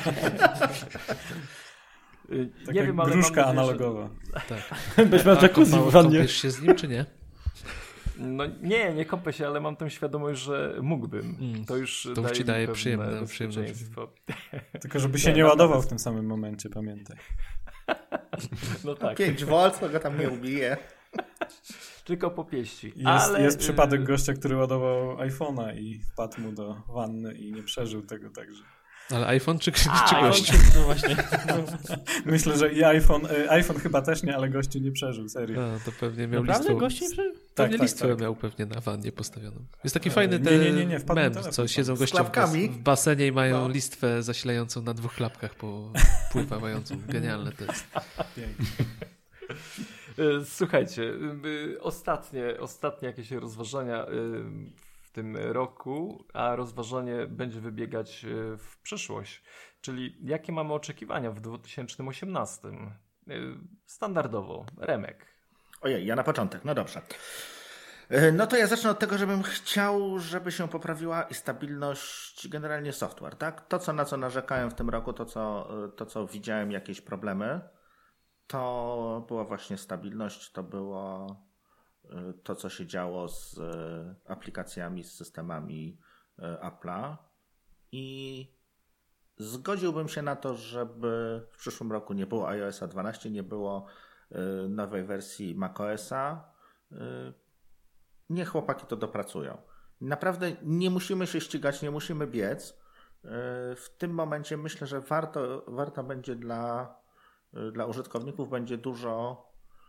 Taka nie wiem, ale gruszka mam nadzieję, analogowa. Tak. Byś miał jacuzzi w wannie. Kąpiesz się z nim, czy nie? No nie, nie kąpę się, ale mam tę świadomość, że mógłbym. Mm, To już to daje, ci daje mi przyjemne- bezpieczeństwo. Tylko żeby się Nie, nie naprawdę. ładował w tym samym momencie, pamiętaj. No tak, pięć wolt, to go tam nie ubije. tylko po pieści. Jest, ale, jest przypadek y, gościa, który ładował iPhone'a i wpadł mu do wanny i nie przeżył tego także. Ale iPhone czy, czy A, gość? No właśnie. Myślę, że i iPhone, y, iPhone chyba też nie, ale gościu nie przeżył, serio. A, to pewnie miał Naprawdę listwę. gości nie przeżył? Pewnie tak, listwę tak. miał pewnie na wannie postawioną. Jest taki E, fajny nie, ten nie, nie, nie, wpadł mem, na telefon. co siedzą Z goście w, bas- klapkami. w basenie i mają No. listwę zasilającą na dwóch klapkach po pływającą. Genialne to jest. Pięknie. y, Słuchajcie, y, ostatnie, ostatnie jakieś rozważania y, w tym roku, a rozważanie będzie wybiegać y, w przyszłość. Czyli jakie mamy oczekiwania w dwa tysiące osiemnastym? Y, Standardowo, Remek. Ojej, ja na początek, no dobrze. No to ja zacznę od tego, żebym chciał, żeby się poprawiła i stabilność generalnie software, tak? To, co, na co narzekałem w tym roku, to co, to, co widziałem jakieś problemy, to była właśnie stabilność, to było to, co się działo z aplikacjami, z systemami Apple'a i zgodziłbym się na to, żeby w przyszłym roku nie było iOS dwanaście, nie było nowej wersji macOSa. Niech chłopaki to dopracują. Naprawdę nie musimy się ścigać, nie musimy biec. W tym momencie myślę, że warto, warto będzie dla, dla użytkowników będzie dużo,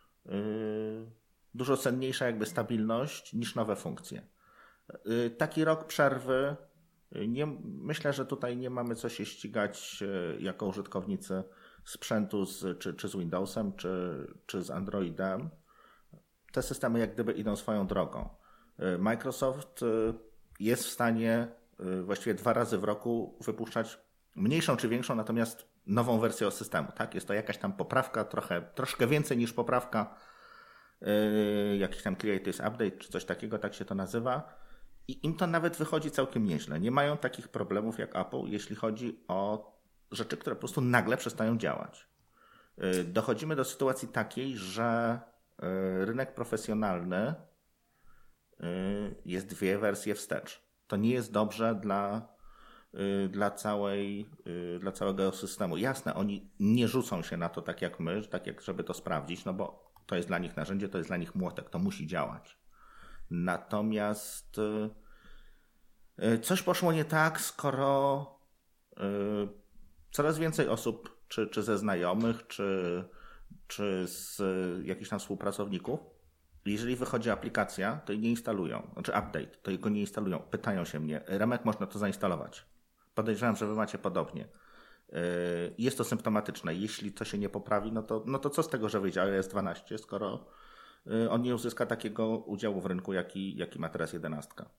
dużo cenniejsza jakby stabilność niż nowe funkcje. Taki rok przerwy, nie, myślę, że tutaj nie mamy co się ścigać jako użytkownicy sprzętu z, czy, czy z Windowsem, czy, czy z Androidem. Te systemy jak gdyby idą swoją drogą. Microsoft jest w stanie właściwie dwa razy w roku wypuszczać mniejszą czy większą, natomiast nową wersję systemu. Tak? Jest to jakaś tam poprawka, trochę, troszkę więcej niż poprawka, jakiś tam Creators Update czy coś takiego, tak się to nazywa. I im to nawet wychodzi całkiem nieźle. Nie mają takich problemów jak Apple, jeśli chodzi o rzeczy, które po prostu nagle przestają działać. Dochodzimy do sytuacji takiej, że rynek profesjonalny jest dwie wersje wstecz. To nie jest dobrze dla, dla, całej, dla całego systemu. Jasne, oni nie rzucą się na to tak jak my, tak jak żeby to sprawdzić, no bo to jest dla nich narzędzie, to jest dla nich młotek, to musi działać. Natomiast coś poszło nie tak, skoro coraz więcej osób, czy, czy ze znajomych, czy, czy z jakichś tam współpracowników, jeżeli wychodzi aplikacja, to jej nie instalują. Znaczy update, to jej go nie instalują. Pytają się mnie, Remek, można to zainstalować. Podejrzewam, że wy macie podobnie. Jest to symptomatyczne. Jeśli to się nie poprawi, no to, no to co z tego, że wyjdzie iOS dwanaście, skoro on nie uzyska takiego udziału w rynku, jaki, jaki ma teraz jedenastka.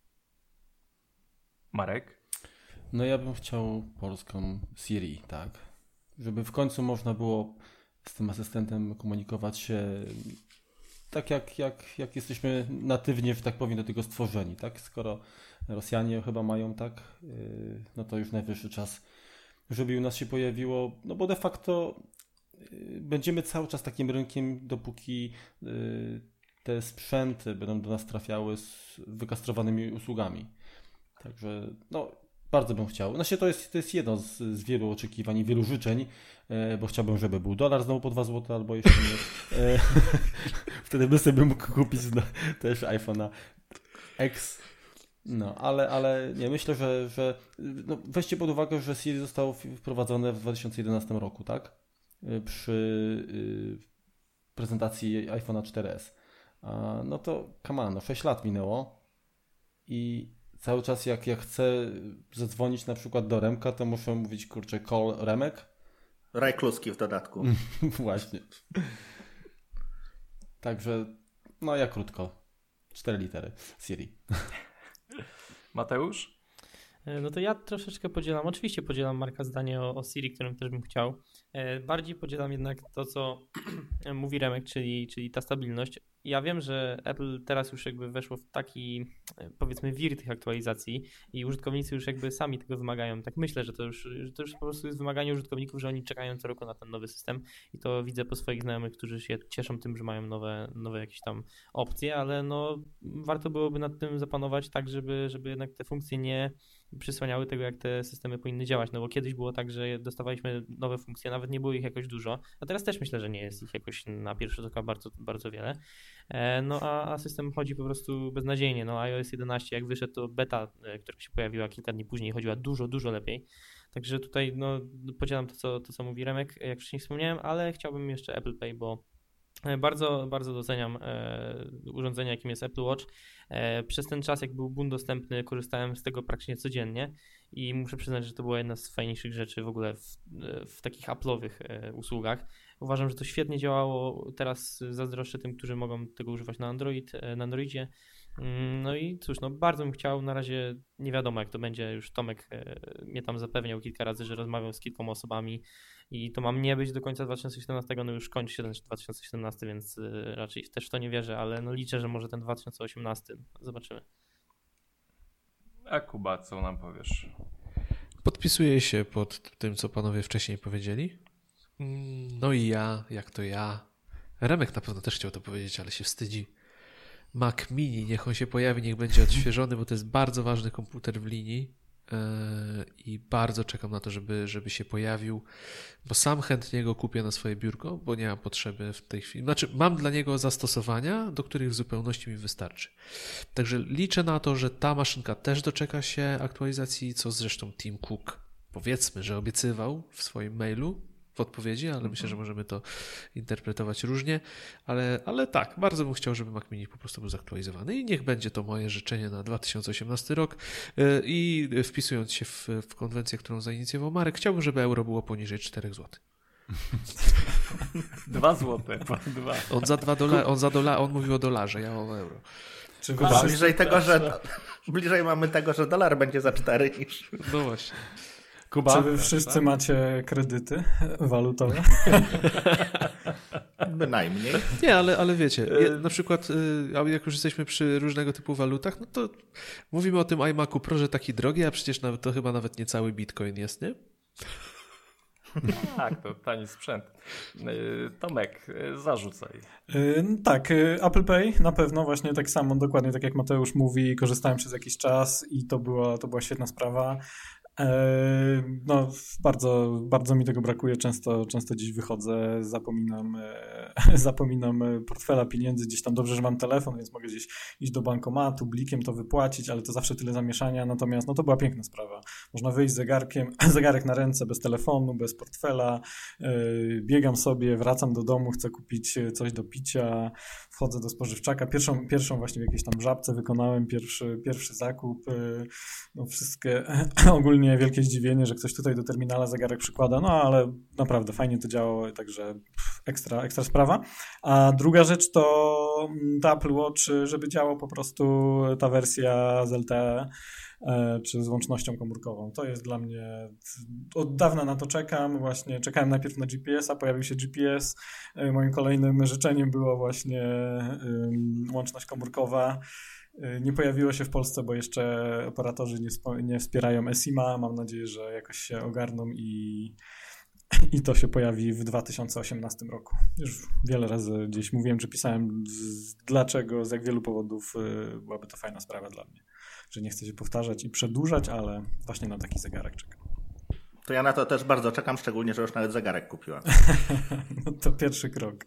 Marek? No ja bym chciał polską Siri, tak. Żeby w końcu można było z tym asystentem komunikować się tak jak, jak, jak jesteśmy natywnie, że tak powiem, do tego stworzeni, tak? Skoro Rosjanie chyba mają tak, no to już najwyższy czas, żeby u nas się pojawiło, no bo de facto będziemy cały czas takim rynkiem, dopóki te sprzęty będą do nas trafiały z wykastrowanymi usługami. Także no bardzo bym chciał. Znaczy to jest, to jest jedno z, z wielu oczekiwań i wielu życzeń, e, bo chciałbym, żeby był dolar znowu po dwa złote albo jeszcze nie. E, wtedy by sobie mógł kupić no, też iPhone'a X. No, ale, ale nie, myślę, że, że no, weźcie pod uwagę, że Siri zostało wprowadzone w dwa tysiące jedenastym roku, tak? Przy y, prezentacji iPhone'a cztery S. A, no to come on, no sześć lat minęło i cały czas jak ja chcę zadzwonić na przykład do Remka, to muszę mówić, kurczę, call Remek. Raj Kluski w dodatku. Właśnie. Także, no ja krótko. Cztery litery. Siri. Mateusz? No to ja troszeczkę podzielam, oczywiście podzielam Marka zdanie o, o Siri, którym też bym chciał. Bardziej podzielam jednak to, co mówi Remek, czyli, czyli ta stabilność. Ja wiem, że Apple teraz już jakby weszło w taki, powiedzmy, wir tych aktualizacji i użytkownicy już jakby sami tego wymagają. Tak myślę, że to już, że to już po prostu jest wymaganie użytkowników, że oni czekają co roku na ten nowy system i to widzę po swoich znajomych, którzy się cieszą tym, że mają nowe, nowe jakieś tam opcje, ale no warto byłoby nad tym zapanować tak, żeby, żeby jednak te funkcje nie przysłaniały tego, jak te systemy powinny działać, no bo kiedyś było tak, że dostawaliśmy nowe funkcje, nawet nie było ich jakoś dużo, a teraz też myślę, że nie jest ich jakoś na pierwszy rzut oka bardzo, bardzo wiele. No a, a system chodzi po prostu beznadziejnie. No iOS jedenaście jak wyszedł, to beta, która się pojawiła kilka dni później, chodziła dużo, dużo lepiej. Także tutaj no, podzielam to co, to, co mówi Remek, jak wcześniej wspomniałem, ale chciałbym jeszcze Apple Pay, bo bardzo, bardzo doceniam e, urządzenie, jakim jest Apple Watch. E, przez ten czas, jak był bunt dostępny, korzystałem z tego praktycznie codziennie i muszę przyznać, że to była jedna z fajniejszych rzeczy w ogóle w, w takich Apple'owych e, usługach. Uważam, że to świetnie działało. Teraz zazdroszczę tym, którzy mogą tego używać na Android, na Androidzie. No i cóż, no bardzo bym chciał, na razie nie wiadomo jak to będzie, już Tomek e, mnie tam zapewniał kilka razy, że rozmawiał z kilkoma osobami i to mam nie być do końca dwa tysiące siedemnastego, no już kończy się ten dwa tysiące siedemnasty, więc e, raczej też w to nie wierzę, ale no liczę, że może ten dwa tysiące osiemnasty, zobaczymy. A Kuba, co nam powiesz? Podpisuję się pod tym, co panowie wcześniej powiedzieli. No i ja, jak to ja. Remek na pewno też chciał to powiedzieć, ale się wstydzi. Mac Mini, niech on się pojawi, niech będzie odświeżony, bo to jest bardzo ważny komputer w linii yy, i bardzo czekam na to, żeby, żeby się pojawił, bo sam chętnie go kupię na swoje biurko, bo nie mam potrzeby w tej chwili. Znaczy, mam dla niego zastosowania, do których w zupełności mi wystarczy. Także liczę na to, że ta maszynka też doczeka się aktualizacji, co zresztą Tim Cook, powiedzmy, że obiecywał w swoim mailu w odpowiedzi, ale myślę, że możemy to interpretować różnie, ale, ale tak, bardzo bym chciał, żeby Mac Mini po prostu był zaktualizowany i niech będzie to moje życzenie na dwa tysiące osiemnasty rok i wpisując się w, w konwencję, którą zainicjował Marek, chciałbym, żeby euro było poniżej czterech złotych. Dwa złote, dwa. On za dwa dolary, on za dolar, on mówił o dolarze, ja o euro. Czy Kuba, bliżej tego, że bliżej mamy tego, że dolar będzie za cztery niż... No właśnie. Kuba, czy wy wszyscy tak? macie kredyty walutowe? Bynajmniej. Nie, ale, ale wiecie, na przykład jak już jesteśmy przy różnego typu walutach, no to mówimy o tym iMacu Pro, że taki drogi, a przecież nawet, to chyba nawet nie cały Bitcoin jest, nie? Tak, to tani sprzęt. Tomek, zarzucaj. Tak, Apple Pay na pewno właśnie tak samo, dokładnie tak jak Mateusz mówi, korzystałem przez jakiś czas i to była, to była świetna sprawa. No, bardzo, bardzo mi tego brakuje, często, często gdzieś wychodzę, zapominam, zapominam portfela pieniędzy, gdzieś tam dobrze, że mam telefon, więc mogę gdzieś iść do bankomatu, blikiem to wypłacić, ale to zawsze tyle zamieszania, natomiast no to była piękna sprawa. Można wyjść z zegarkiem, zegarek na ręce, bez telefonu, bez portfela, biegam sobie, wracam do domu, chcę kupić coś do picia, wchodzę do spożywczaka, pierwszą, pierwszą właśnie w jakiejś tam Żabce wykonałem pierwszy, pierwszy zakup, no wszystkie ogólnie wielkie zdziwienie, że ktoś tutaj do terminala zegarek przykłada, no ale naprawdę fajnie to działało, także ekstra, ekstra sprawa. A druga rzecz to ta Apple Watch, żeby działał po prostu ta wersja z L T E czy z łącznością komórkową. To jest dla mnie, od dawna na to czekam, właśnie czekałem najpierw na G P S a, pojawił się G P S, moim kolejnym życzeniem było właśnie um, łączność komórkowa. Nie pojawiło się w Polsce, bo jeszcze operatorzy nie, spo, nie wspierają eSIM-a. Mam nadzieję, że jakoś się ogarną i, i to się pojawi w dwa tysiące osiemnastym roku. Już wiele razy gdzieś mówiłem, czy pisałem z, dlaczego, z jak wielu powodów y, byłaby to fajna sprawa dla mnie. Że nie chcę się powtarzać i przedłużać, ale właśnie na taki zegarek czekam. To ja na to też bardzo czekam, szczególnie, że już nawet zegarek kupiłem. No to pierwszy krok.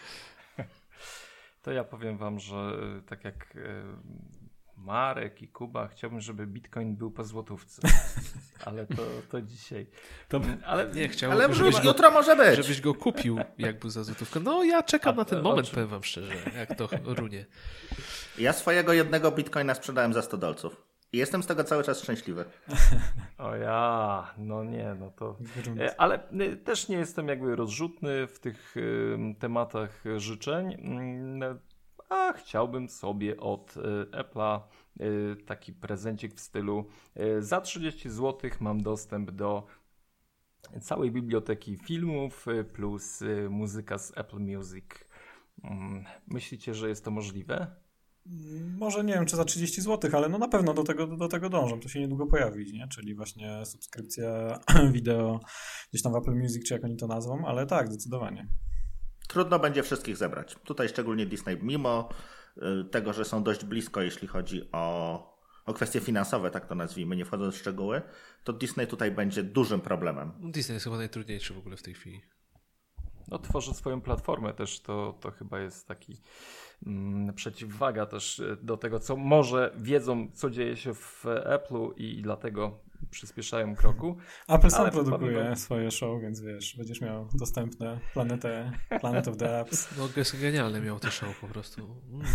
To ja powiem wam, że tak jak Marek i Kuba, chciałbym, żeby Bitcoin był po złotówce. Ale to, to dzisiaj. To, ale nie chciałbym, ale żebyś go, jutro może być. Żebyś go kupił, jak był za złotówkę. No ja czekam A, na ten moment, powiem wam szczerze, jak to runie. Ja swojego jednego Bitcoina sprzedałem za sto dolców. I jestem z tego cały czas szczęśliwy. O ja, no nie, no to... Ale też nie jestem jakby rozrzutny w tych tematach życzeń, a chciałbym sobie od Apple'a taki prezencik w stylu za trzydzieści złotych mam dostęp do całej biblioteki filmów plus muzyka z Apple Music. Myślicie, że jest to możliwe? Może nie wiem, czy za trzydzieści złotych, ale no na pewno do tego, do tego dążą. To się niedługo pojawi, nie? Czyli właśnie subskrypcja wideo gdzieś tam w Apple Music, czy jak oni to nazwą, ale tak, zdecydowanie. Trudno będzie wszystkich zebrać. Tutaj szczególnie Disney, mimo tego, że są dość blisko, jeśli chodzi o, o kwestie finansowe, tak to nazwijmy, nie wchodząc w szczegóły, to Disney tutaj będzie dużym problemem. Disney jest chyba najtrudniejszy w ogóle w tej chwili. No, tworzy swoją platformę też, to, to chyba jest taki mm, przeciwwaga też do tego, co może wiedzą, co dzieje się w Apple'u i dlatego przyspieszają kroku. Apple sam produkuje powiem... swoje show, więc wiesz, będziesz miał dostępne planetę, Planet of the Apps. No genialne miał to show po prostu. Mm.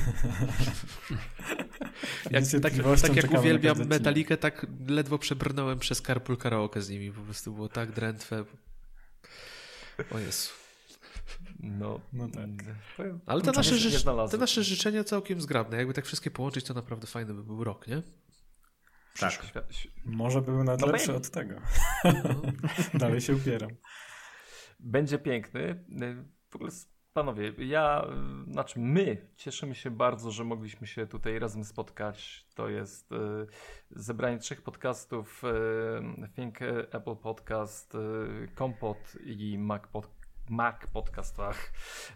jak, tak, tak jak uwielbiam Metalikę, tak ledwo przebrnąłem przez Carpool Karaoke z nimi, po prostu było tak drętwe. O Jezu. No, No tak. powiem, Ale te nasze, nie życz- znalazłem. te nasze życzenia całkiem zgrabne. Jakby tak wszystkie połączyć, to naprawdę fajny by był rok, nie? Tak. Świat- świ- Może był nawet No lepszy będzie. od tego. Dalej się upieram. Będzie piękny. W ogóle, panowie, ja, znaczy my cieszymy się bardzo, że mogliśmy się tutaj razem spotkać. To jest e, zebranie trzech podcastów, e, Think Apple Podcast, e, Kompot i Mac, pod, Mac Podcastach.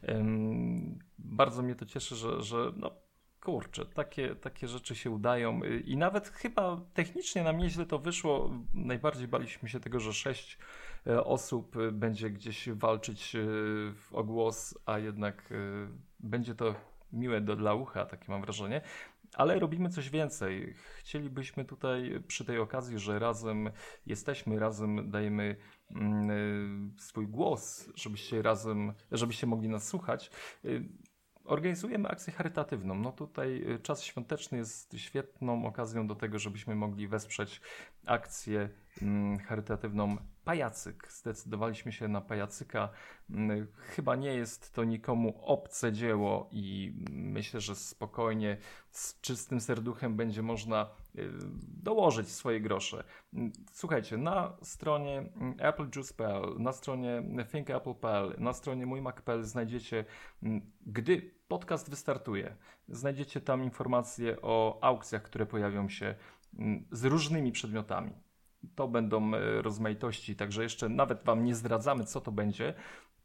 Em, bardzo mnie to cieszy, że, że no, kurczę, takie, takie rzeczy się udają i nawet chyba technicznie nam nieźle to wyszło. Najbardziej baliśmy się tego, że sześć e, osób e, będzie gdzieś walczyć e, o głos, a jednak e, będzie to miłe do, dla ucha, takie mam wrażenie. Ale robimy coś więcej. Chcielibyśmy tutaj przy tej okazji, że razem jesteśmy, razem dajemy mm, e, swój głos, żebyście razem, żebyście mogli nas słuchać. E, Organizujemy akcję charytatywną. No tutaj y, czas świąteczny jest świetną okazją do tego, żebyśmy mogli wesprzeć akcję mm, charytatywną Pajacyk. Zdecydowaliśmy się na Pajacyka. Mm, Chyba nie jest to nikomu obce dzieło i myślę, że spokojnie, z czystym serduchem będzie można y, dołożyć swoje grosze. Mm, Słuchajcie, na stronie mm, applejuice kropka p l, na stronie thinkapple kropka p l, na stronie mójmac kropka p l znajdziecie, mm, gdy podcast wystartuje, znajdziecie tam informacje o aukcjach, które pojawią się mm, z różnymi przedmiotami. To będą e, rozmaitości, także jeszcze nawet wam nie zdradzamy, co to będzie,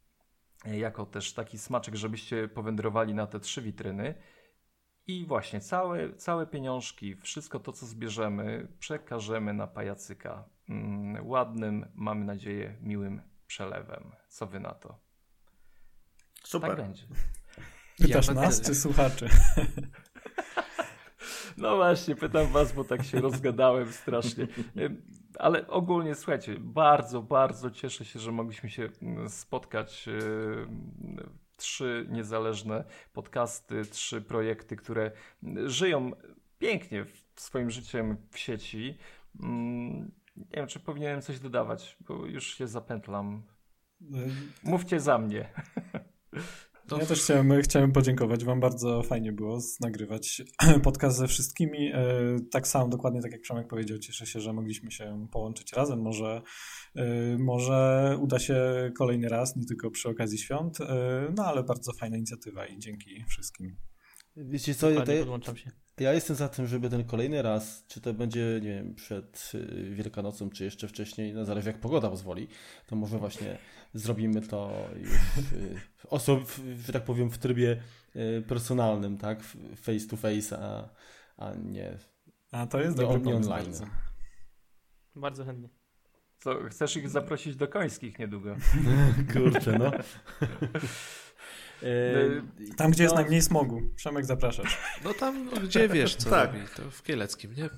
e, jako też taki smaczek, żebyście powędrowali na te trzy witryny. I właśnie całe, całe pieniążki, wszystko to, co zbierzemy, przekażemy na Pajacyka mm, ładnym, mamy nadzieję, miłym przelewem. Co wy na to? Super. Tak będzie. Pytasz Ja nas będę- czy słuchaczy? No właśnie, pytam was, bo tak się rozgadałem strasznie. Ym, Ale ogólnie, słuchajcie, bardzo, bardzo cieszę się, że mogliśmy się mm, spotkać. Yy, Trzy niezależne podcasty, trzy projekty, które mm, żyją pięknie w- swoim życiem w sieci. Mm, Nie wiem, czy powinienem coś dodawać, bo już się zapętlam. Mówcie za mnie. To Ja też chciałem, chciałem podziękować wam, bardzo fajnie było nagrywać podcast ze wszystkimi. E, Tak samo, dokładnie tak jak Przemek powiedział, cieszę się, że mogliśmy się połączyć razem. Może, e, może uda się kolejny raz, nie tylko przy okazji świąt, e, no ale bardzo fajna inicjatywa i dzięki wszystkim. Wiecie co, ja, Dokładnie, to, podłączam się. ja jestem za tym, żeby ten kolejny raz, czy to będzie, nie wiem, przed y, Wielkanocą, czy jeszcze wcześniej, no zależy jak pogoda pozwoli, to może właśnie zrobimy to już y, w oso- w, że tak powiem, w trybie y, personalnym, tak, face to face, a, a nie, A to jest nie, dobry on- nie pomysł online. bardzo. Bardzo chętnie. Co, chcesz ich zaprosić do końskich niedługo? Kurczę, no. Y, Tam, gdzie jest No. najmniej smogu. Przemek, zapraszasz. No tam, no, gdzie wiesz, co Tak. robi, to w Kieleckim, nie?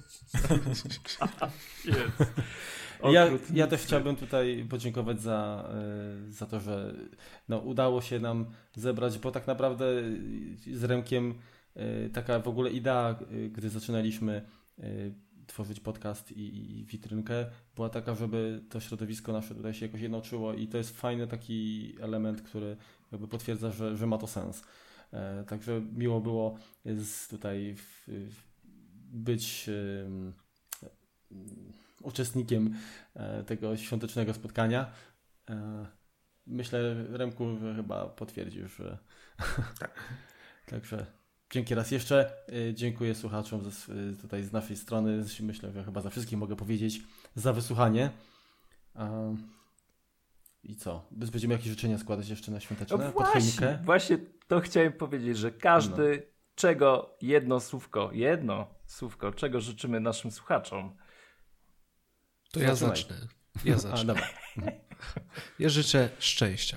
Jest. Ja, Okrutnicy. ja też chciałbym tutaj podziękować za, y, za to, że no, udało się nam zebrać, bo tak naprawdę y, z Remkiem y, taka w ogóle idea, y, gdy zaczynaliśmy y, tworzyć podcast i, i witrynkę, była taka, żeby to środowisko nasze tutaj się jakoś jednoczyło i to jest fajny taki element, który jakby potwierdza, że, że ma to sens. E, Także miło było z tutaj w, w być ym, uczestnikiem e, tego świątecznego spotkania. E, Myślę, Remku, że chyba potwierdzisz, że Tak. Także dzięki raz jeszcze. E, Dziękuję słuchaczom ze, s- tutaj z naszej strony. Myślę, że chyba za wszystkich mogę powiedzieć za wysłuchanie. E, I co? Będziemy jakieś życzenia składać jeszcze na świąteczne? No pod właśnie, choinkę? właśnie to chciałem powiedzieć, że każdy, czego jedno słówko, jedno słówko, czego życzymy naszym słuchaczom. To ja Zaczynaj. zacznę. Ja A, zacznę. dobra. Ja życzę szczęścia.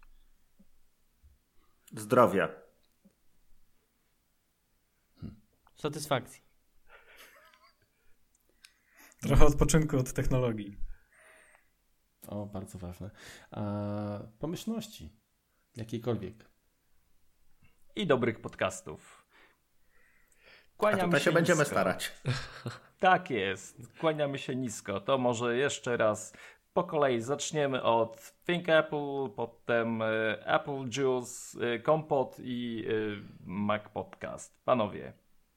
Zdrowia. Satysfakcji. Trochę odpoczynku od technologii. O, bardzo ważne. A, pomyślności. Jakiejkolwiek. I dobrych podcastów. A Kłaniamy tutaj się będziemy nisko. starać. Tak jest. Kłaniamy się nisko. To może jeszcze raz po kolei zaczniemy od Think Apple, potem Apple Juice, Kompot i Mac Podcast. Panowie.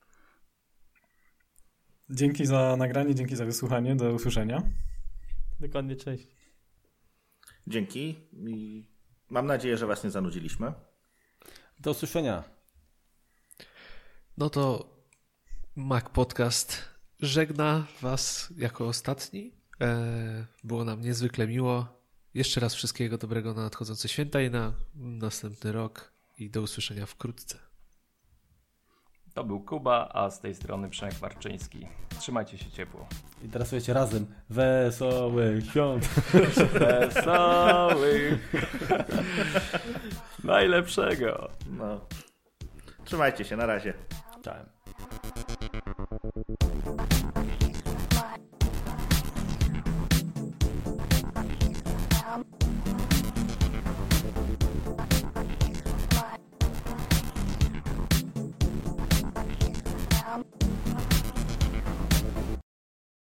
Dzięki za nagranie, dzięki za wysłuchanie. Do usłyszenia. Dokładnie, cześć. Dzięki i mam nadzieję, że was nie zanudziliśmy. Do usłyszenia. No to Mac Podcast żegna was jako ostatni. E, było nam niezwykle miło. Jeszcze raz wszystkiego dobrego na nadchodzące święta i na następny rok i do usłyszenia wkrótce. To był Kuba, a z tej strony Przemek Marczyński. Trzymajcie się ciepło. I teraz słuchajcie razem. Wesołych świąt. Wesołych. Najlepszego. No. Trzymajcie się, na razie. Cześć.